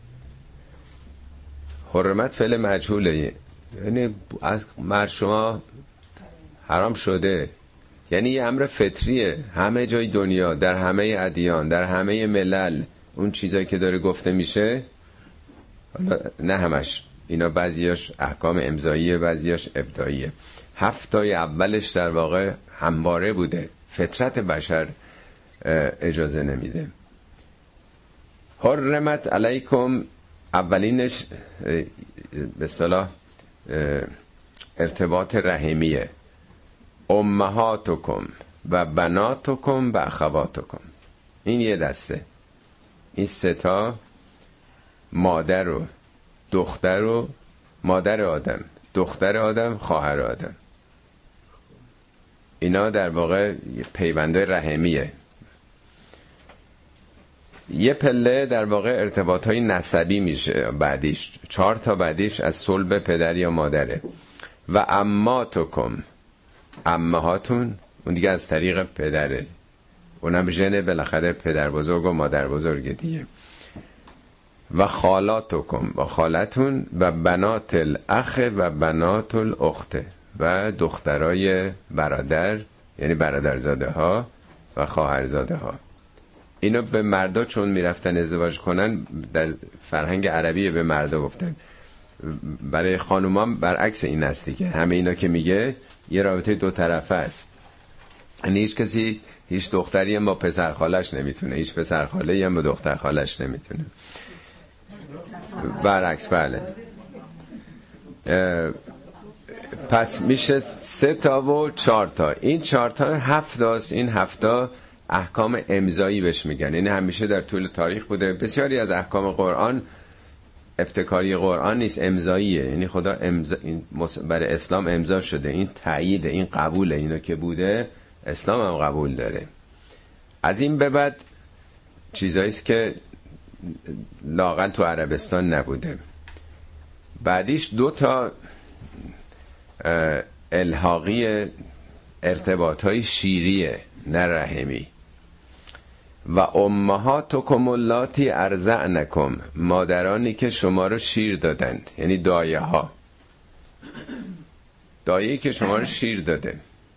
حرمت فعل مجهوله، یعنی از مر شما حرام شده، یعنی یه امر فطریه. همه جای دنیا، در همه ادیان، در همه ملل، اون چیزایی که داره گفته میشه، نه همش اینا، بعضیاش احکام امضاییه، بعضیاش ابداعیه. هفتای اولش در واقع همواره بوده، فطرت بشر اجازه نمیده. حرمت علیکم اولینش به اصطلاح ارتباط رحمیه، امهاتکم و بناتکم و اخواتکم، این یه دسته. این سه تا مادر و دختر و مادر آدم، دختر آدم، خواهر آدم، اینا در واقع پیونده رحمیه. یه پله در واقع ارتباط های نسبی میشه بعدیش، چهار تا بعدیش از صلب پدر یا مادره. و اماتکم، امهاتون اون دیگه از طریق پدره، اونم ژن بالاخره پدر بزرگ و مادر بزرگ دیگه. و خالاتکم، و خالتون، و بنات الاخ و بنات الاخت، و دخترای برادر یعنی برادرزاده ها و خواهرزاده ها. اینو به مردا چون میرفتن ازدواج کنن، در فرهنگ عربی به مردا گفتن. برای خانوما برعکس این است دیگه، همه اینا که میگه یه رابطه دو طرفه است، یعنی هیچ کسی، هیچ دختری هم با پسر خالش نمیتونه، هیچ پسر خاله هم با دختر خالش نمیتونه، برعکس. بله. پس میشه سه تا و چهار تا، این چهار تا هفت است. این هفتا احکام امضایی بهش میگن، یعنی همیشه در طول تاریخ بوده. بسیاری از احکام قرآن ابتکاری قرآن نیست، امضاییه، یعنی خدا امضا، این برای اسلام امضا شده، این تایید، این قبول، اینو که بوده اسلام هم قبول داره. از این به بعد چیزاییست که لااقل تو عربستان نبوده. بعدیش دو تا الحاقی ارتباطهای شیریه نه رحمی. و امهاتکم اللاتی ارضعنکم، مادرانی که شما رو شیر دادند، یعنی دایه ها، دایه‌ای که شما رو شیر داده.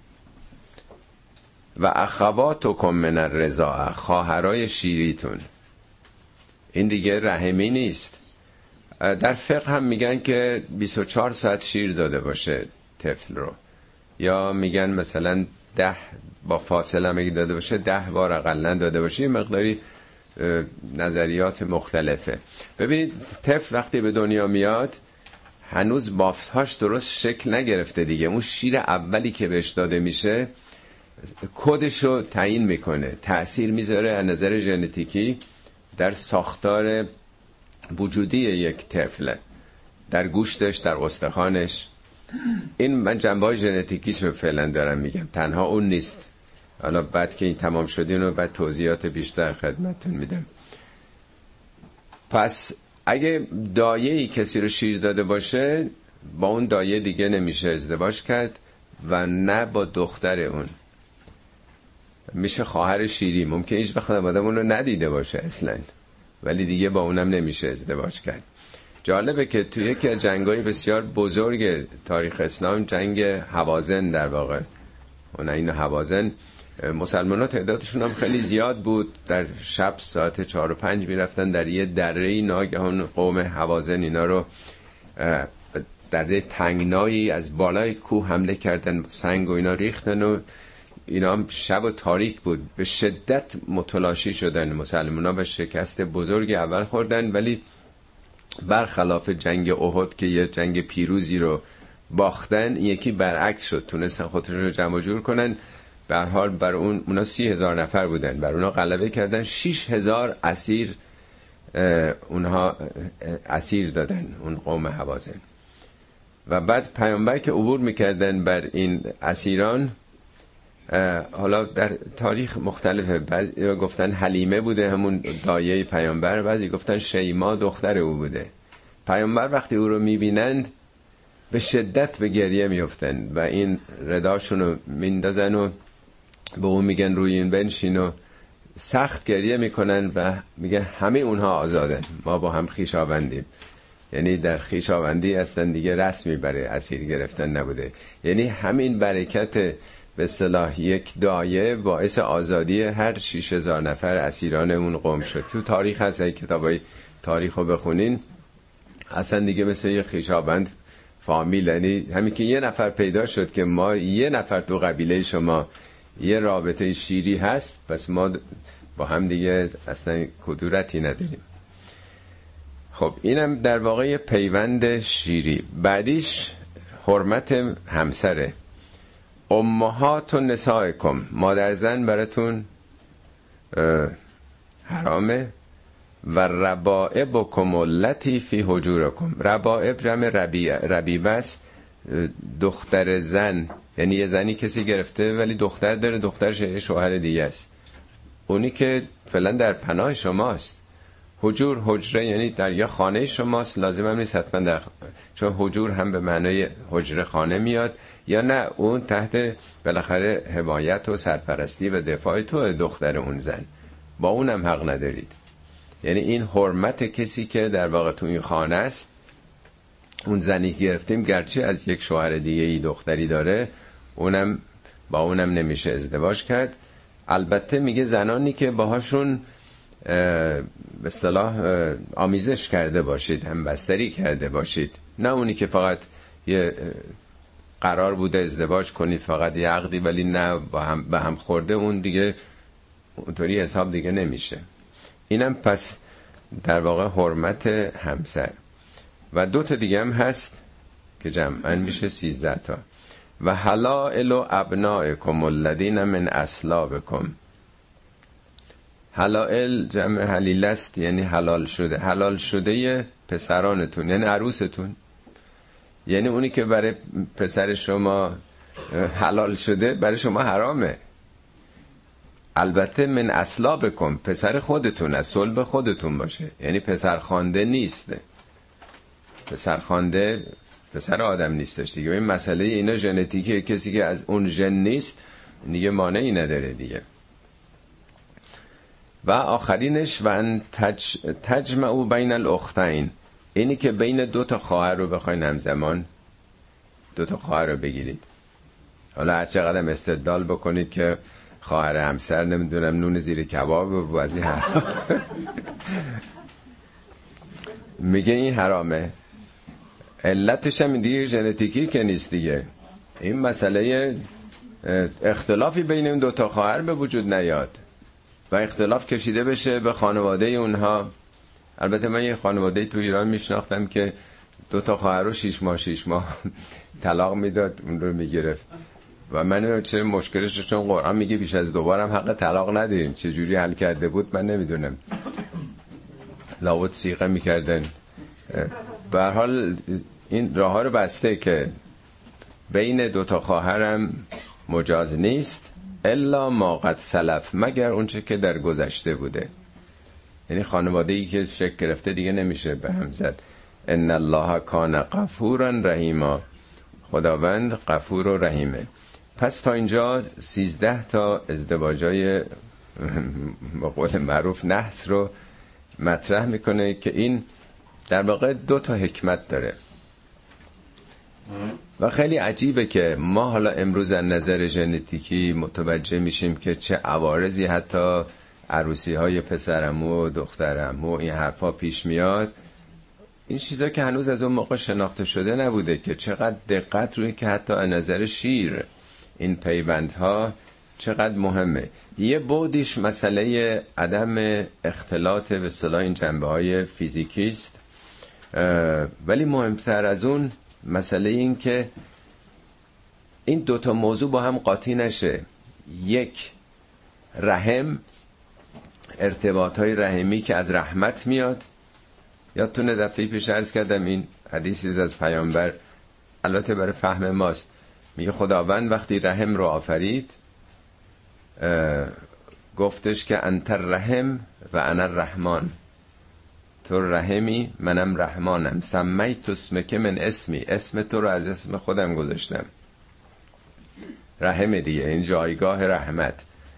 و اخواتکم من الرضاعه، خواهرای شیریتون، این دیگه رحمی نیست. در فقه هم میگن که بیست و چهار ساعت شیر داده باشه طفل رو، یا میگن مثلا ده با فاصله هم اگه داده باشه ده بار اقلن داده باشه، یه مقداری نظریات مختلفه. ببینید طفل وقتی به دنیا میاد هنوز بافتهاش درست شکل نگرفته دیگه، اون شیر اولی که بهش داده میشه کدشو تعیین میکنه، تأثیر میذاره از نظر ژنتیکی در ساختار وجودی یک طفل، در گوشتش، در استخوانش. این من جنبه‌های ژنتیکیشو فعلا دارم میگم، تنها اون نیست. حالا بعد که این تمام شد اینو بعد توضیحات بیشتر خدمتتون میدم. پس اگه دایه‌ای کسی رو شیر داده باشه، با اون دایه دیگه نمیشه ازدواج کرد و نه با دختر اون، میشه خواهر شیری. ممکن هیچ وقت آدم اون رو ندیده باشه اصلا، ولی دیگه با اونم نمیشه ازدواج کرد. جالبه که توی یکی از جنگ‌های بسیار بزرگ تاریخ اسلام، جنگ هوازن در واقع، اون این هوازن مسلمان‌ها تعدادشون هم خیلی زیاد بود، در شب ساعت چهار و پنج میرفتن در یه دره‌ای، ناگهان قوم هوازن اینا رو در تنگنایی از بالای کوه حمله کردن، سنگ و اینا ریختن و اینا هم شب و تاریک بود، به شدت متلاشی شدن مسلمان‌ها و شکست بزرگی اول خوردن. ولی برخلاف جنگ احد که یه جنگ پیروزی رو باختن، یکی برعکس شد، تونستن خودشون رو جمع جور کنن. به هر حال بر اون اونا سی هزار نفر بودن، بر اونا غلبه کردن، شش هزار اسیر اونها اسیر دادن اون قوم هوازن. و بعد پیامبر که عبور میکردن بر این اسیران، حالا در تاریخ مختلفه، بعضی گفتن حلیمه بوده همون دایه پیامبر، بعضی گفتن شیما دختر او بوده. پیامبر وقتی او رو میبینند به شدت به گریه میفتن و این رداشون رو میندازن و به اون میگن روی این بنشین و سخت گریه میکنن و میگن همه اونها آزادن، ما با هم خویشاوندیم. یعنی در خویشاوندی اصلا دیگه رسمی برای اسیر گرفتن نبوده. یعنی همین برکت به اصطلاح یک دایه باعث آزادی هر شش هزار نفر اسیران اون قوم شد. تو تاریخ هست، ای کتابای تاریخ رو بخونین اصلا دیگه مثل یه خویشاوند فامیل، یعنی همین که یه نفر پیدا شد که ما یه نفر تو قبیله شما یه رابطه شیری هست، پس ما با هم دیگه اصلا کدورتی نداریم. خب اینم در واقع پیوند شیری. بعدیش حرمت همسره. امهات نسائکم، مادر زن براتون حرامه. و ربائبکم التی فی حجورکم، ربائب جمع ربیبه است، دختر زن، یعنی یه زنی کسی گرفته ولی دختر داره، دخترش شوهر دیگه است، اونی که فعلا در پناه شماست. حجور حجره یعنی در یه خانه شماست، لازم هم نیست حتما در، چون حجور هم به معنای حجره خانه میاد، یا نه اون تحت بالاخره حمایت و سرپرستی و دفاع تو دختر اون زن، با اونم حق ندارید. یعنی این حرمت کسی که در واقع تو این خانه است، اون زنی که گرفتیم گرچه از یک شوهر دیگه ای دختری داره، اونم با اونم نمیشه ازدواج کرد. البته میگه زنانی که باهاشون به اصطلاح آمیزش کرده باشید، هم بستری کرده باشید، نه اونی که فقط یه قرار بوده ازدواج کنید فقط یه عقدی ولی نه با هم به هم خورده، اون دیگه اونطوری حساب دیگه نمیشه. اینم پس در واقع حرمت همسر. و دو تا دیگه هم هست که جمعاً میشه سیزده تا. و حلائل ابنائکم الذین من اصلابکم. حلائل جمع حلیل است، یعنی حلال شده، حلال شده پسرانتون، یعنی عروستون، یعنی اونی که برای پسر شما حلال شده برای شما حرامه. البته من اصلابکم، پسر خودتون، از صلب خودتون باشه، یعنی پسر خوانده نیست. پسر خوانده پسر آدم نیستش دیگه. این مسئله اینا ژنتیکه، کسی که از اون ژن نیست دیگه مانعی نداره دیگه. و آخرینش و ان تج تجمعوا بین الاختین، اینی که بین دو تا خواهر رو بخواین همزمان دو تا خواهر رو بگیرید. حالا هر چقدر استدلال بکنید که خواهر همسر نمیدونم نون زیر کباب و بازی حرام میگه این حرامه. علتش هم دیگه ژنتیکی که نیست دیگه، این مسئله اختلافی بین اون دو تا خواهر به وجود نیاد و اختلاف کشیده بشه به خانواده اونها. البته من یه خانواده تو ایران میشناختم که دو تا خواهر رو شیش ماه شیش ماه طلاق میداد، اون رو میگرفت و من نمیدونم چه مشکلش، چون قرآن میگه بیش از دو بار هم حق طلاق نداریم. چه جوری حل کرده بود من نمیدونم، لابد سیغه میکردن. به هر حال این راه ها رو بسته که بین دو تا خواهرم مجاز نیست الا ما قد سلف، مگر اونچه که در گذشته بوده. یعنی خانواده ای که شکل گرفته دیگه نمیشه به هم زد. ان الله کان غفورا رحیما، خداوند غفور و رحیمه. پس تا اینجا سیزده تا ازدواجای با قول معروف نحس رو مطرح میکنه که این در واقع دو تا حکمت داره و خیلی عجیبه که ما حالا امروز از نظر ژنتیکی متوجه میشیم که چه عوارضی حتی عروسی های پسرمو و دخترمو این حرفا پیش میاد. این چیزا که هنوز از اون موقع شناخته شده نبوده که چقدر دقت روی که حتی از نظر شیر این پیوندها چقدر مهمه. یه بودیش مسئله عدم اختلاط به اصطلاح این جنبه های فیزیکی است، ولی مهمتر از اون مسئله این که این دوتا موضوع با هم قاطی نشه. یک، رحم، ارتباط های رحمی که از رحمت میاد. یادتونه دفعه پیش عرض کردم این حدیثی از پیامبر البته برای فهم ماست، میگه خداوند وقتی رحم رو آفرید گفتش که انت رحم و انا الرحمن، تو رحمی منم رحمانم، سمیت اسمک من اسمی، اسم تو رو از اسم خودم گذاشتم. رحم دیگه این جایگاه رحمت.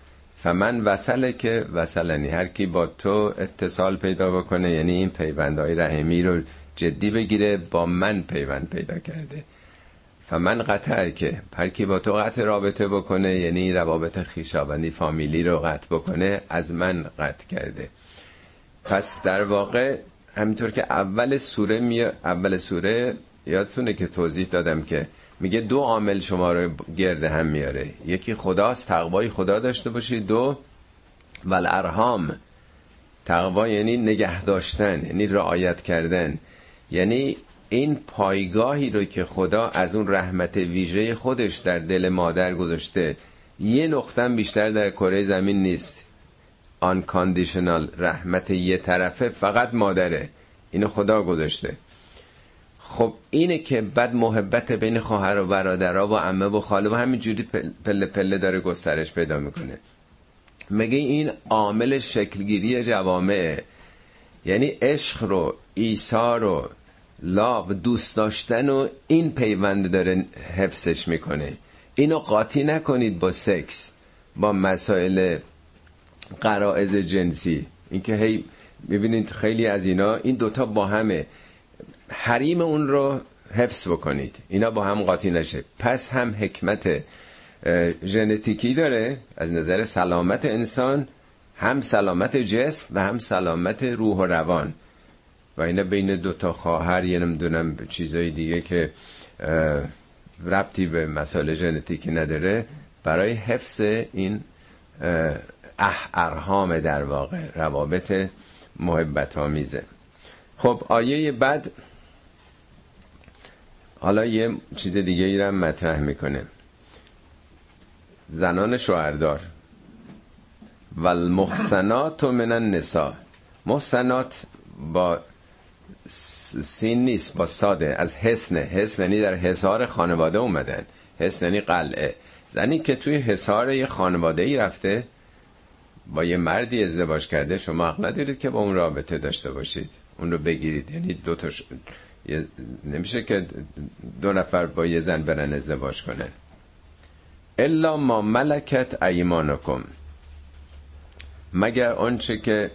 فمن وصله که وصلنی، هر کی با تو اتصال پیدا بکنه، یعنی این پیوندهای رحمی رو جدی بگیره، با من پیوند پیدا کرده. فمن قطع که، هر کی با تو قطع رابطه بکنه، یعنی روابط خویشاوندی فامیلی رو قطع بکنه، از من قطع کرده. پس در واقع همینطور که اول سوره می اول سوره یادتونه که توضیح دادم که میگه دو عامل شما رو گرد هم میاره، یکی خداست، تقوای خدا داشته باشید، دو والارحام، تقوا یعنی نگه داشتن، یعنی رعایت کردن، یعنی این پایگاهی رو که خدا از اون رحمت ویژه خودش در دل مادر گذاشته، یه نقطه بیشتر در کره زمین نیست. unconditional رحمت یه طرفه فقط مادره، اینو خدا گذاشته. خب اینه که بعد محبت بین خواهر و برادرها و عمه و خاله و همینجوری پله پله داره گسترش پیدا میکنه. مگه این عامل شکلگیری جوامعه، یعنی عشق رو، ایثار رو، لاو، دوست داشتن و این پیوند داره حفظش میکنه. اینو قاطی نکنید با سکس، با مسائل غرائز جنسی. اینکه هی میبینید خیلی از اینا این دوتا با همه، حریم اون رو حفظ بکنید، اینا با هم قاطی نشه. پس هم حکمت ژنتیکی داره از نظر سلامت انسان، هم سلامت جسم و هم سلامت روح و روان. و اینا بین دوتا خواهر یه نمیدونم چیزای دیگه که ربطی به مسائل ژنتیکی نداره، برای حفظ این اح ارحام در واقع روابط محبت آمیزه. خب آیه بعد حالا یه چیز دیگه ای رو مطرح میکنه، زنان شوهردار. والمحسنات من النساء، محسنات با سین نیست، با ساده، از حسن، حسن یعنی در حصار خانواده اومدن، حسن یعنی قلعه. زنی که توی حصار یه خانواده ای رفته با یه مردی ازدواج کرده، شما حق ندارید که با اون رابطه داشته باشید، اون رو بگیرید. یعنی دو تا ش... یه... نمیشه که دو نفر با یه زن برن ازدواج کنن. الا ما ملکت ایمانکم، مگر آنچه که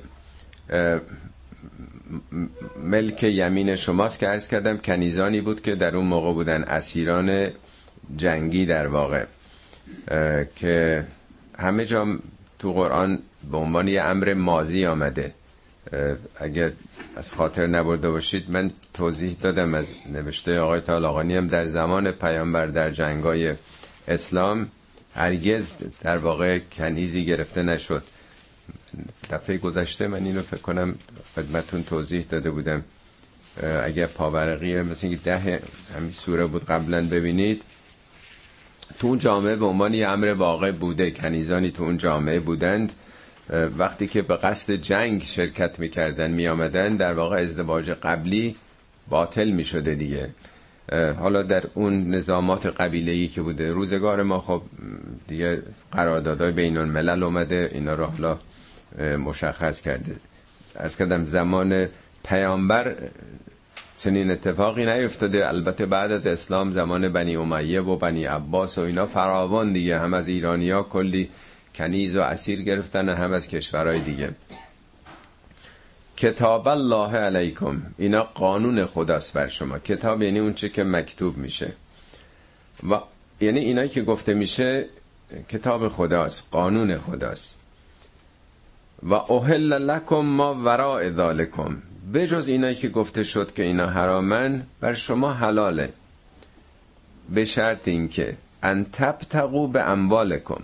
ملک یمین شماست، که عرض کردم کنیزانی بود که در اون موقع بودن اسیران جنگی در واقع، که همه جا تو قرآن به عنوان یه امر ماضی آمده. اگر از خاطر نبرده باشید من توضیح دادم از نوشته آقای طالقانی هم در زمان پیامبر در جنگای اسلام هرگز در واقع کنیزی گرفته نشد. دفعه گذشته من اینو فکر کنم خدمتون توضیح داده بودم، اگر پاورقیه مثل اینکه ده همین سوره بود قبلا ببینید، تو اون جامعه به عنوان یه امر واقع بوده، کنیزانی تو اون جامعه بودند، وقتی که به قصد جنگ شرکت میکردن میامدن، در واقع ازدواج قبلی باطل میشده دیگه. حالا در اون نظامات قبیله‌ای که بوده، روزگار ما خب دیگه قراردادهای بین الملل اومده، اینا رو حالا مشخص کرده. عرض کردم زمان پیامبر چنین اتفاقی نیفتاده، البته بعد از اسلام زمان بنی امیه و بنی عباس و اینا فراوان دیگه، هم از ایرانیا کلی کنیز و اسیر گرفتن، هم از کشورهای دیگه. کتاب الله علیکم، اینا قانون خداست بر شما. کتاب یعنی اون چه که مکتوب میشه، و یعنی اینایی که گفته میشه کتاب خداست، قانون خداست. و احل لکم ما وراء ذالکم، بجز اینایی که گفته شد که اینا حرامن بر شما حلاله، به شرط اینکه ان تبتغوا به اموالکم.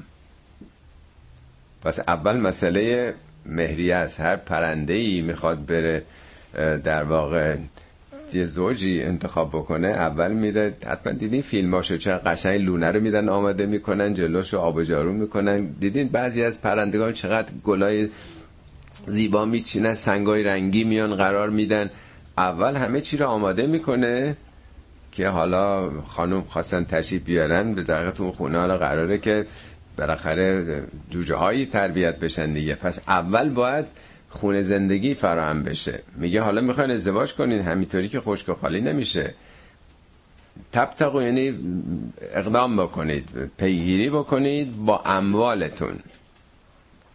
پس اول مسئله مهریه است. هر پرنده‌ای میخواد بره در واقع یه زوجی انتخاب بکنه، اول میره، حتما دیدین فیلماشو، چه قشنگ لونه رو میرن آماده میکنن، جلوشو آب جارو میکنن. دیدین بعضی از پرندگان چقدر گلای زیبا میچینن، سنگای رنگی میان قرار میدن. اول همه چی رو آماده میکنه که حالا خانم خواستن تشریف بیارن به درختون خونه، حالا قراره که بالاخره جوجه هایی تربیت بشن دیگه. پس اول باید خونه زندگی فراهم بشه. میگه حالا میخواین ازدواج کنین، همینطوری که خشک و خالی نمیشه. تبتغوا یعنی اقدام بکنید، پیگیری بکنید با اموالتون.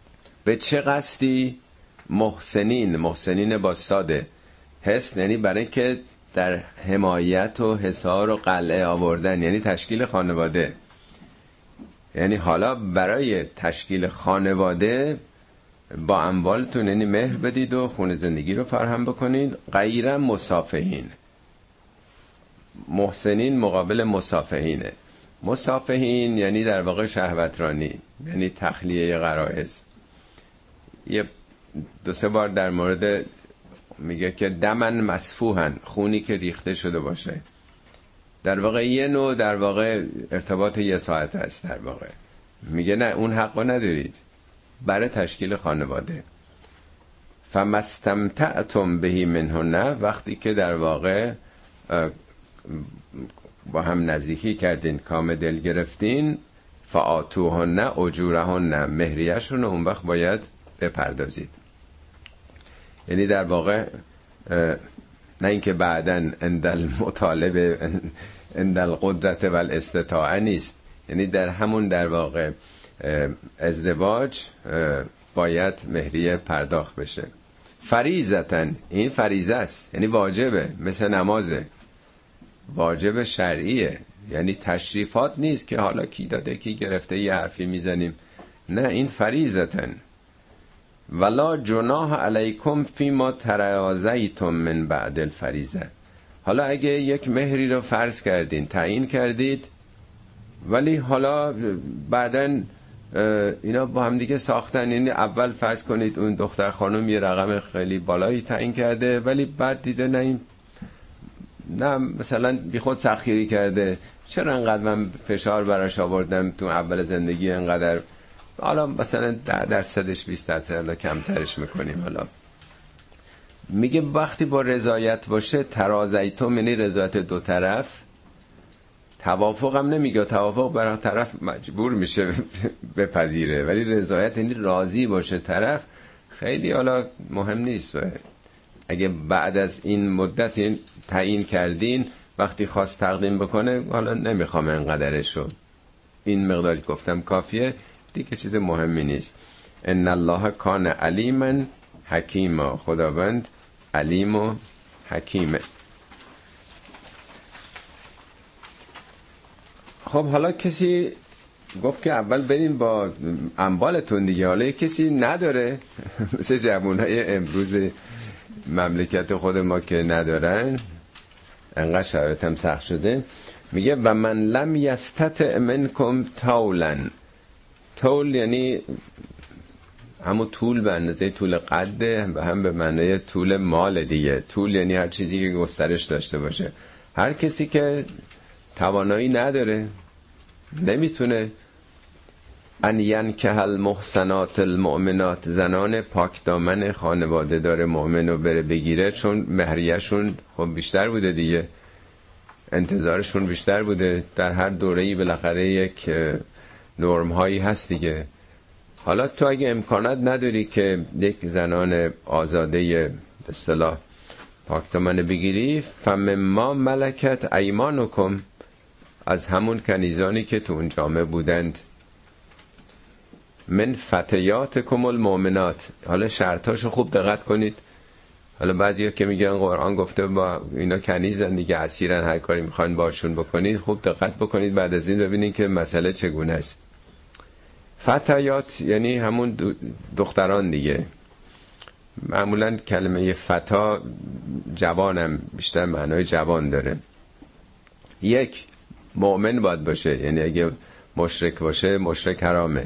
به چه قصدی؟ محسنین، محسنین با ساده، حسن یعنی برای که در حمایت و حصار و قلعه آوردن، یعنی تشکیل خانواده. یعنی حالا برای تشکیل خانواده با اموالتون یعنی مهر بدید و خون زندگی رو فراهم بکنید. غیر مصافحین، محسنین مقابل مصافحینه. مصافحین یعنی در واقع شهوترانی، یعنی تخلیه غرایز. یه دو سه بار در مورد میگه که دمن مسفوحن، خونی که ریخته شده باشه. در واقع یه نوع در واقع ارتباط یه ساعت هست. در واقع میگه نه، اون حقو ندارید برای تشکیل خانواده. فمستمتعتم بهی منهن، وقتی که در واقع با هم نزدیکی کردین، کام دل گرفتین، فآتوهن اجورهن، مهریه‌شون اون وقت باید بپردازید. یعنی در واقع نه اینکه بعدن اندل مطالبه اندل قدرت و الاستطاعه نیست، یعنی در همون در واقع ازدواج باید مهریه پرداخت بشه. فریضتن، این فریضه است، یعنی واجبه، مثل نمازه، واجب شرعیه. یعنی تشریفات نیست که حالا کی داده کی گرفته یه حرفی میزنیم، نه، این فریضتن. ولا جناح علیکم فیما ترازیتم من بعد الفریضه. حالا اگه یک مهری رو فرض کردین، تعیین کردید، ولی حالا بعدن اینا با هم دیگه ساختن، یعنی اول فرض کنید اون دختر خانم یه رقم خیلی بالایی تعیین کرده، ولی بعد دیده نه این نه مثلا بی خود سخیری کرده، چرا انقدر من فشار براش آوردم تو اول زندگی، انقدر حالا مثلا ده درصدش بیست درصد کمترش میکنیم. حالا میگه وقتی با رضایت باشه، ترازیتم یعنی رضایت دو طرف، توافق هم نمیگه، توافق برای طرف مجبور میشه بپذیره، ولی رضایت یعنی راضی باشه طرف، خیلی حالا مهم نیست. اگه بعد از این مدت این تعیین کردین، وقتی خواست تقدیم بکنه، حالا نمیخوام انقدرشو، این مقداری گفتم کافیه دیگه، چیز مهمی نیست. ان الله کان علیما حکیما، خداوند علیم و حکیمه. خب حالا کسی گفت که اول بریم با اموالتون دیگه، حالا کسی نداره مثل جوانای امروز مملکت خود ما که ندارن، انقدر شرایط هم سخت شده. میگه و من لم یستطع منکم طولا، طول یعنی همون طول به اندازه طول قده و هم به معنای طول مال دیگه. طول یعنی هر چیزی که گسترش داشته باشه. هر کسی که توانایی نداره، نمیتونه ان ینکح المحسنات المؤمنات، زنان پاک دامن خانواده داره مؤمن رو بره بگیره، چون مهریه‌شون خب بیشتر بوده دیگه، انتظارشون بیشتر بوده، در هر دوره‌ای بالاخره یک نرم هایی هست دیگه. حالا تو اگه امکانات نداری که یک زنان آزاده به اصطلاح پاک دامن بگیری، فمما ملکت ایمانکم، از همون کنیزانی که تو اون جامعه بودند، من فتیاتکم المؤمنات. حالا شرطاشو خوب دقت کنید. حالا بعضیا که میگن قرآن گفته با اینا کنیزن دیگه، اسیرن، هر کاری میخوان باشون بکنید، خوب دقت بکنید بعد از این ببینید که مسئله چگونه است. فتیات یعنی همون دختران دیگه. معمولا کلمه فتا جوانم بیشتر معنای جوان داره. یک، مؤمن باید باشه، یعنی اگه مشرک باشه مشرک حرامه.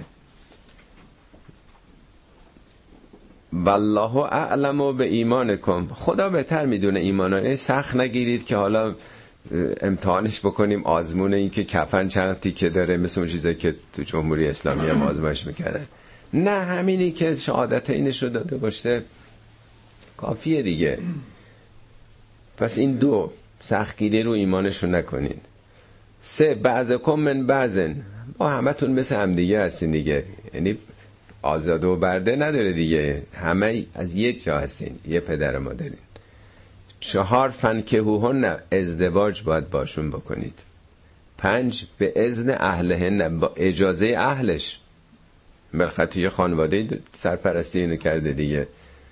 والله اعلم به ایمانکم، خدا بهتر میدونه ایمانه. سخت نگیرید که حالا امتحانش بکنیم، آزمون این که کفن چند تیکه داره، مثل اون چیزایی که تو جمهوری اسلامی هم آزمایش میکردن. نه، همینی که شهادت اینش رو داده باشه کافیه دیگه. پس این دو، سختگیری رو ایمانش رو نکنید. سه، بعضکم من بعضن، با همه تون مثل هم دیگه هستین دیگه، یعنی آزاده و برده نداره دیگه، همه از یک جا هستین، یه پدر مادرین. چهار، فنکحوهن، ازدواج باید باشون بکنید. پنج، به اذن اهلهن، با اجازه اهلش. بالاخره یه خانواده سرپرستی اینو کرده دیگه.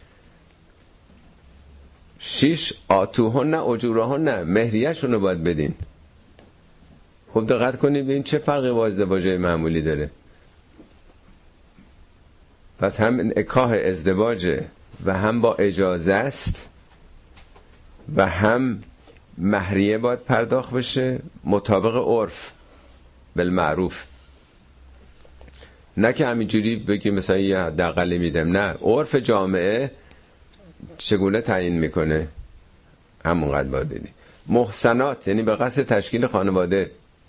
شیش آتوهن نه اجورهن نه مهریه‌شون رو باید بدین. خب دقت کنید ببین چه فرقی با ازدواج معمولی داره. پس هم نکاح ازدواج و هم با اجازه است و هم مهریه باید پرداخت بشه مطابق عرف بالمعروف، نه که همینجوری بگی مثلا یه حداقل میدم، نه، عرف جامعه چگونه تعیین میکنه همونقدر باید بدی. محسنات یعنی به قصد تشکیل خانواده.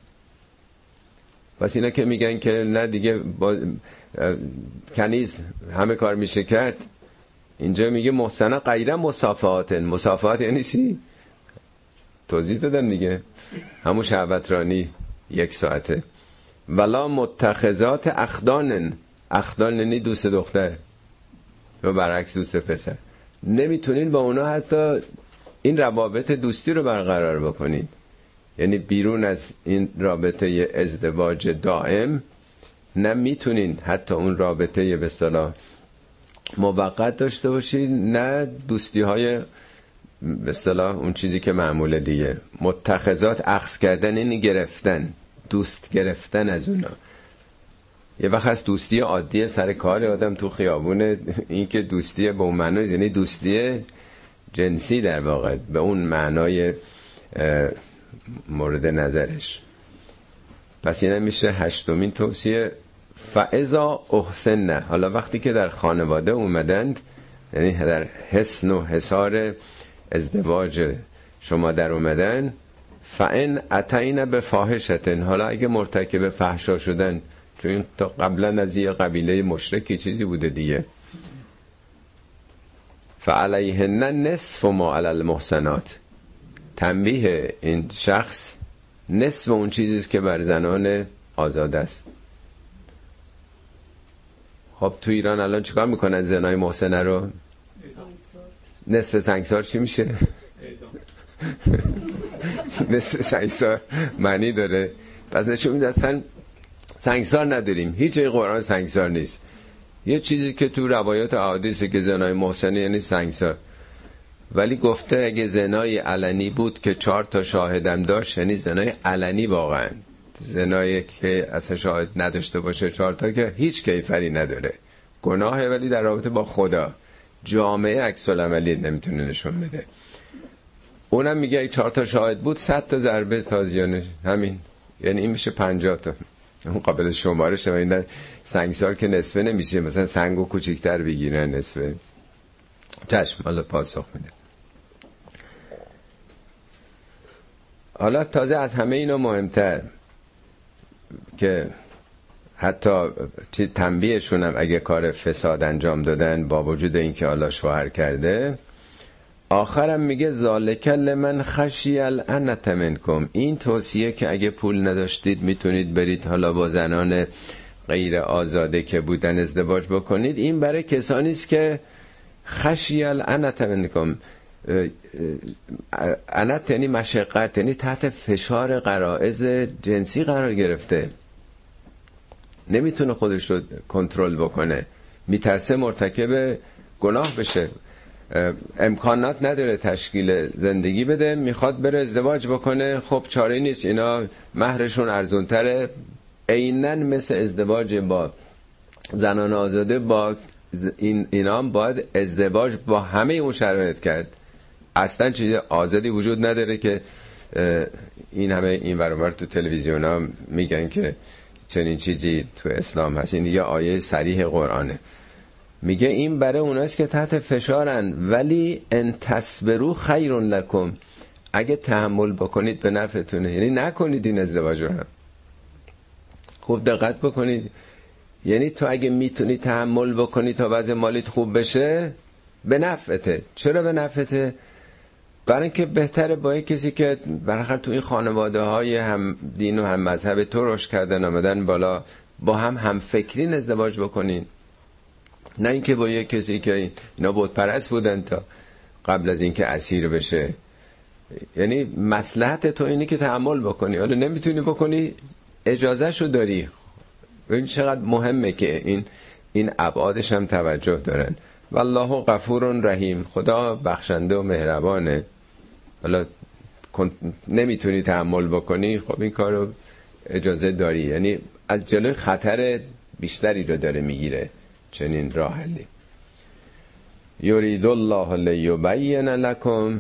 پس اینا که میگن که نه دیگه با کنیز همه کار میشه کرد، اینجا میگه محسنات غیر مصافحات. مصافحات یعنی چی؟ توضیح دادم دیگه، همون شهوترانی یک ساعته. ولا متخذات اخدان. اخدان یعنی دوست دختر و برعکس دوست پسر. نمیتونین با اونا حتی این روابط دوستی رو برقرار بکنید، یعنی بیرون از این رابطه ازدواج دائم نمیتونین حتی اون رابطه به اصطلاح موقت داشته باشید، نه دوستی های به اصطلاح اون چیزی که معموله دیگه. متخذات اخذ کردن یعنی گرفتن، دوست گرفتن از اونا. یه وقت هست دوستی عادی سر کار آدم تو خیابونه، این که دوستی به اون معنی یعنی دوستی جنسی در واقع به اون معنای مورد نظرش. پس این میشه هشتمین توصیه. فاذا احسن. حالا وقتی که در خانواده اومدند، یعنی در حسن و حصار ازدواج شما در اومدن، فان اتینا بفاحشة. حالا اگه مرتکب فحشا شدن، چون تا قبلا از یه قبیله مشرکی چیزی بوده دیگه، فعلیهن نصف ما علی المحسنات. تنبیه این شخص نصف اون چیزیست که بر زنان آزاد است. خب تو ایران الان چیکار میکنن زنای محسنه رو؟ نصف سنگسار چی میشه؟ نصف سنگسار معنی داره. پس نشون میده اصلا سنگسار نداریم، هیچ جای قرآن سنگسار نیست. یه چیزی که تو روایات احادیثه که زنای محسنه یعنی سنگسار، ولی گفته اگه زنای علنی بود که چهار تا شاهدم داشت، یعنی زنای علنی واقعا. زنایی که اصلا شاهد نداشته باشه چهار تا که هیچ کیفری نداره، گناهه، ولی در رابطه با خدا جامعه عکس العملی نمیتونه نشون بده. اونم میگه اگه چهار تا شاهد بود صد تا ضربه تازیانه همین، یعنی این میشه پنجاه تا. اون قابل شماره شما. این سنگسار که نصفه نمیشه، مثلا سنگو کوچیکتر بگیرن نصفه. چشم، حالا پاسخ میده. حالا تازه از همه اینا مهمتر که حتی تنبیهشون هم اگه کار فساد انجام دادن با وجود اینکه حالا شوهر کرده، آخرم میگه ذالک لمن خشی العنت منکم. این توصیه که اگه پول نداشتید میتونید برید حالا با زنان غیر آزاده که بودن ازدواج بکنید، این برای کسانی است که خشی العنت منکم. عنت یعنی مشقت، یعنی تحت فشار غرایز جنسی قرار گرفته، نمیتونه خودش رو کنترل بکنه، میترسه مرتکب گناه بشه، امکانات نداره تشکیل زندگی بده، میخواد بره ازدواج بکنه. خب چاره نیست، اینا مهرشون ارزونتره. عیناً مثل ازدواج با زنان آزاده، با این اینا هم باید ازدواج با همه اون شرایط کرد. اصلا چیز آزادی وجود نداره که این همه این ور اونور تو تلویزیون ها میگن که چنین چیزی تو اسلام هست. این دیگه آیه صریح قرآنه، میگه این برای اوناست که تحت فشارن، ولی ان تصبروا خیر لکم. اگه تحمل بکنید به نفعتونه، یعنی نکنید این ازدواج رو. هم خوب دقت بکنید، یعنی تو اگه میتونی تحمل بکنی تا وضع مالیت خوب بشه، به نفعته. چرا به نفعته؟ برای اینکه بهتره با کسی که برخلاف تو این خانواده های هم دین و هم مذهب تو رشد کردن آمدن بالا، با هم هم فکرین ازدواج بکنین، نه اینکه با یک کسی که اینا بت پرست بودن تا قبل از اینکه اسیر بشه. یعنی مصلحت تو اینه که تحمل بکنی، حالا نمیتونی بکنی اجازهشو داری، این چقدر مهمه که این این ابعادش هم توجه دارن. والله غفور رحیم، خدا بخشنده و مهربانه. حالا نمیتونی تحمل بکنی، خب این کارو اجازه داری، یعنی از جلوی خطر بیشتری رو داره میگیره چنین راه حلی. یرید الله لیبین لکم،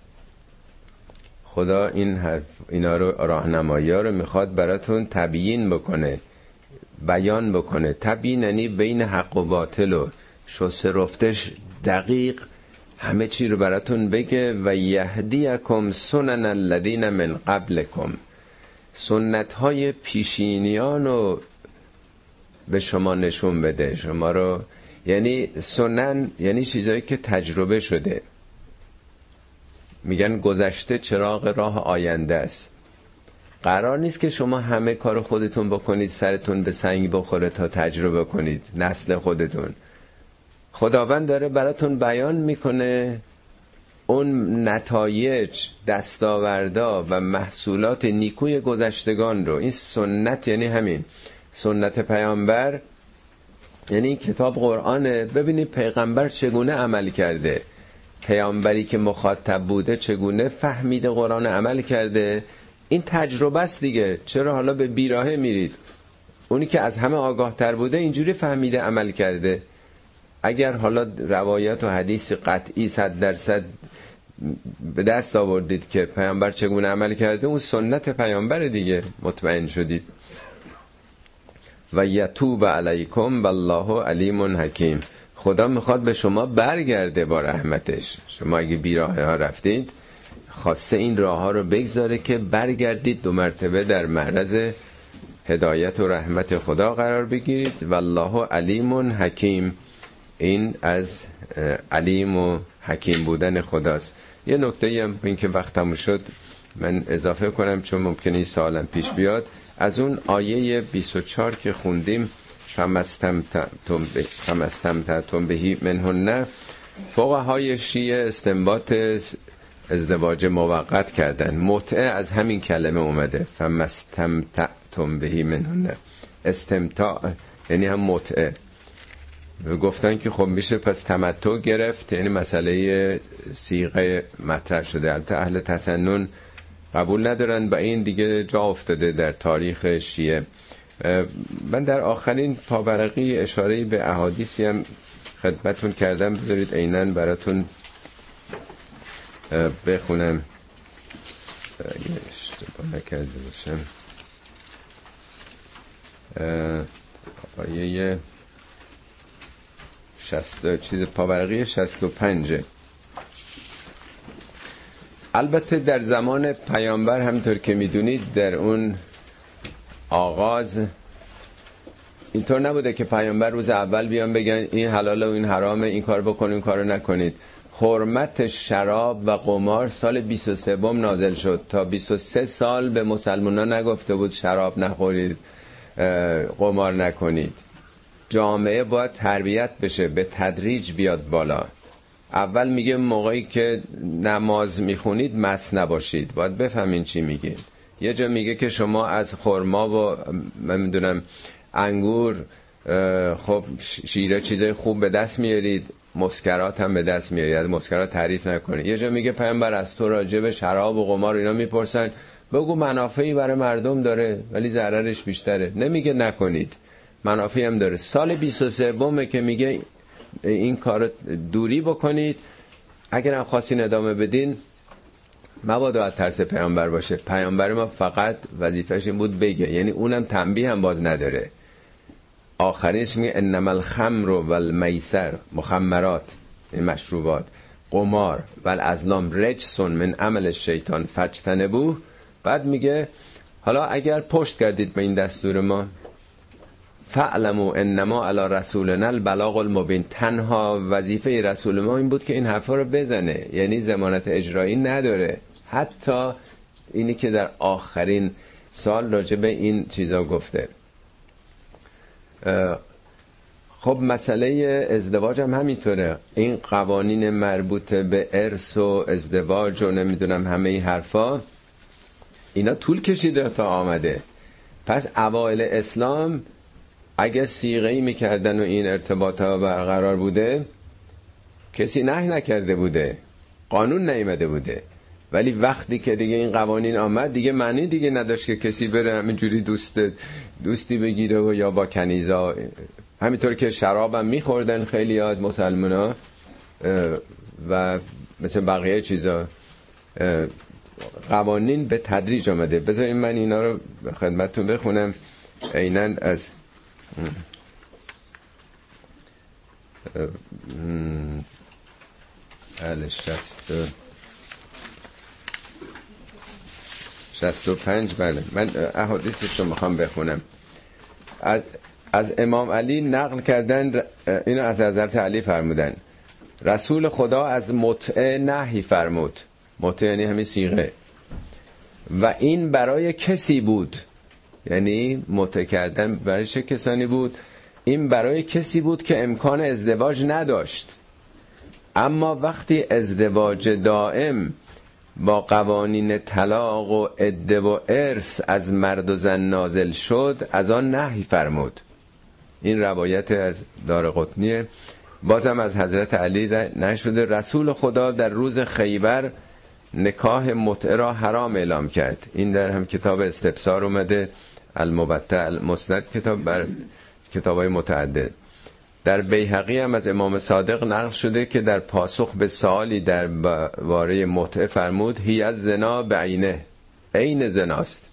خدا این حرف اینا رو راهنمایی ها رو میخواد براتون تبیین بکنه، بیان بکنه. تبیین یعنی بین حق و باطل و شسته رفتش دقیق همه چی رو براتون بگه. و یهدیکم سنن الذین من قبلکم، سنت های پیشینیان رو به شما نشون بده. شما رو یعنی سنن یعنی چیزایی که تجربه شده. میگن گذشته چراغ راه آینده است. قرار نیست که شما همه کار خودتون بکنید، سرتون به سنگ بخوره تا تجربه کنید نسل خودتون. خداوند داره براتون بیان میکنه اون نتایج، دستاوردا و محصولات نیکوی گذشتگان رو. این سنت یعنی همین سنت پیامبر، یعنی کتاب قرآنه. ببینید پیغمبر چگونه عمل کرده، پیامبری که مخاطب بوده چگونه فهمیده قرآن عمل کرده. این تجربه است دیگه. چرا حالا به بیراهه میرید؟ اونی که از همه آگاه تر بوده اینجوری فهمیده عمل کرده. اگر حالا روایت و حدیث قطعی صد درصد به دست آوردید که پیامبر چگونه عمل کرده، اون سنت پیامبر دیگه، مطمئن شدید. و یتوب علیکم والله علیم حکیم، خدا میخواد به شما برگرده با رحمتش. شما اگه بیراه ها رفتید خواسته این راه ها رو بگذاره که برگردید، دو مرتبه در معرض هدایت و رحمت خدا قرار بگیرید. والله علیم حکیم، این از علیم و حکیم بودن خداست. یه نکته هم این که وقتم شد من اضافه کنم چون ممکنه این سوالم پیش بیاد. از اون آیه بیست و چهار که خوندیم فمستمتعتم بهی منهن، فقهای شیعه استنباط ازدواج موقت کردن. متعه از همین کلمه اومده، فمستمتعتم بهی منهن. استمتاع یعنی هم متعه. گفتن که خب میشه پس تمتع گرفت، یعنی مسئله صیغه مطرح شده. البته اهل تسنن قبول ندارن و این دیگه جا افتاده در تاریخ شیعه. من در آخرین پاورقی اشاره به احادیثی هم خدمتون کردم، بذارید عیناً براتون بخونم اگه اشتباه نکرده باشم. آیه شصت چیز پاورقی شصت و پنج. البته در زمان پیامبر همطور که میدونید در اون آغاز اینطور نبوده که پیامبر روز اول بیان بگن این حلاله و این حرامه، این کار بکنید این کارو نکنید. حرمت شراب و قمار سال بیست و سه نازل شد. تا بیست و سه سال به مسلمانان نگفته بود شراب نخورید، قمار نکنید. جامعه باید تربیت بشه، به تدریج بیاد بالا. اول میگه موقعی که نماز میخونید مست نباشید، باید بفهمین چی میگه. یه جا میگه که شما از خرما و من میدونم انگور خب شیره چیزای خوب به دست میارید، مسکرات هم به دست میارید، از مسکرات تعریف نکنید. یه جا میگه پیامبر از تو راجع به شراب و قمار اینا میپرسن، بگو منافعی برای مردم داره ولی ضررش بیشتره. نمیگه نکنید، منافعی هم داره. سال بیست و سه که میگه این کار دوری بکنید، اگر هم خواستین ادامه بدین مبادا از ترس پیامبر باشه. پیامبر ما فقط وظیفش این بود بگه، یعنی اونم تنبیه هم باز نداره. آخرینش میگه انما الخمر والمیسر، مخمرات این مشروبات، قمار والازلام رجس من عمل الشیطان فاجتنبوه. بعد میگه حالا اگر پشت کردید به این دستور ما فعلموا انما علی رسولنا البلاغ المبین، تنها وظیفه رسول ما این بود که این حرفا رو بزنه، یعنی ضمانت اجرایی نداره. حتی اینی که در آخرین سال راجع به این چیزا گفته. خب مسئله ازدواج هم همینطوره. این قوانین مربوط به ارث و ازدواج و نمیدونم همه این حرفا اینا طول کشیده تا آمده. پس اوایل اسلام اگه صیغه‌ای میکردن و این ارتباط ها برقرار بوده کسی نهی نکرده بوده، قانون نیامده بوده. ولی وقتی که دیگه این قوانین آمد دیگه معنی دیگه نداشت که کسی بره همینجوری دوست دوستی بگیره و یا با کنیزا. همینطور که شراب هم میخوردن خیلی از مسلمان ها و مثل بقیه چیزا، قوانین به تدریج آمده. بذارین من اینا رو خدمتتون بخونم عیناً از ال شست شست و پنج. بله من احادیثش رو میخوام بخونم. از, از امام علی نقل کردن، اینو از حضرت علی فرمودن رسول خدا از متعه نهی فرمود. متعه یعنی همین صیغه. و این برای کسی بود، یعنی متعه کردن برای چه کسانی بود؟ این برای کسی بود که امکان ازدواج نداشت، اما وقتی ازدواج دائم با قوانین طلاق و عده و ارث از مرد و زن نازل شد از آن نهی فرمود. این روایت از دارقطنیه. بازم از حضرت علی نشده رسول خدا در روز خیبر نکاح متعه را حرام اعلام کرد. این در هم کتاب استبصار اومده، المبتع المسند، کتاب بر کتابای متعدد. در بیهقی هم از امام صادق نقل شده که در پاسخ به سوالی در باره متعه فرمود هی از زنا بعینه، عین زناست.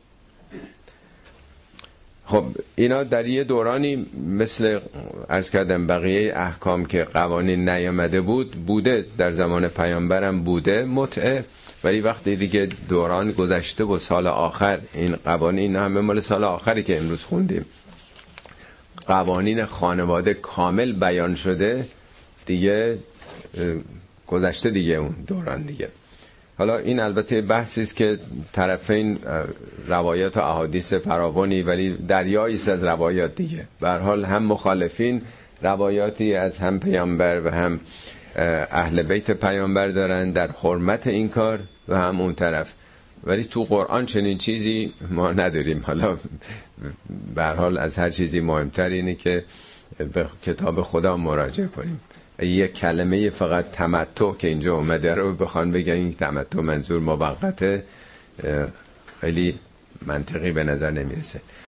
خب اینا در یه دورانی مثل عرض کردم بقیه احکام که قوانین نیامده بود بوده، در زمان پیامبرم بوده متعه، ولی وقتی دیگه دوران گذشته و سال آخر این قوانین همه مال سال آخری که امروز خوندیم، قوانین خانواده کامل بیان شده دیگه، گذشته دیگه اون دوران دیگه. حالا این البته بحثی است که طرفین روایات و احادیث فراوانی، ولی دریایی است از روایات دیگه. به هر حال هم مخالفین روایاتی از هم پیامبر و هم اهل بیت پیامبر دارن در حرمت این کار و هم اون طرف، ولی تو قرآن چنین چیزی ما نداریم. حالا به هر حال از هر چیزی مهمتر اینه که به کتاب خدا مراجعه کنیم. یک کلمه فقط تمتع که اینجا اومده رو بخوان بگن این تمتع منظور موقته، خیلی منطقی به نظر نمیرسه.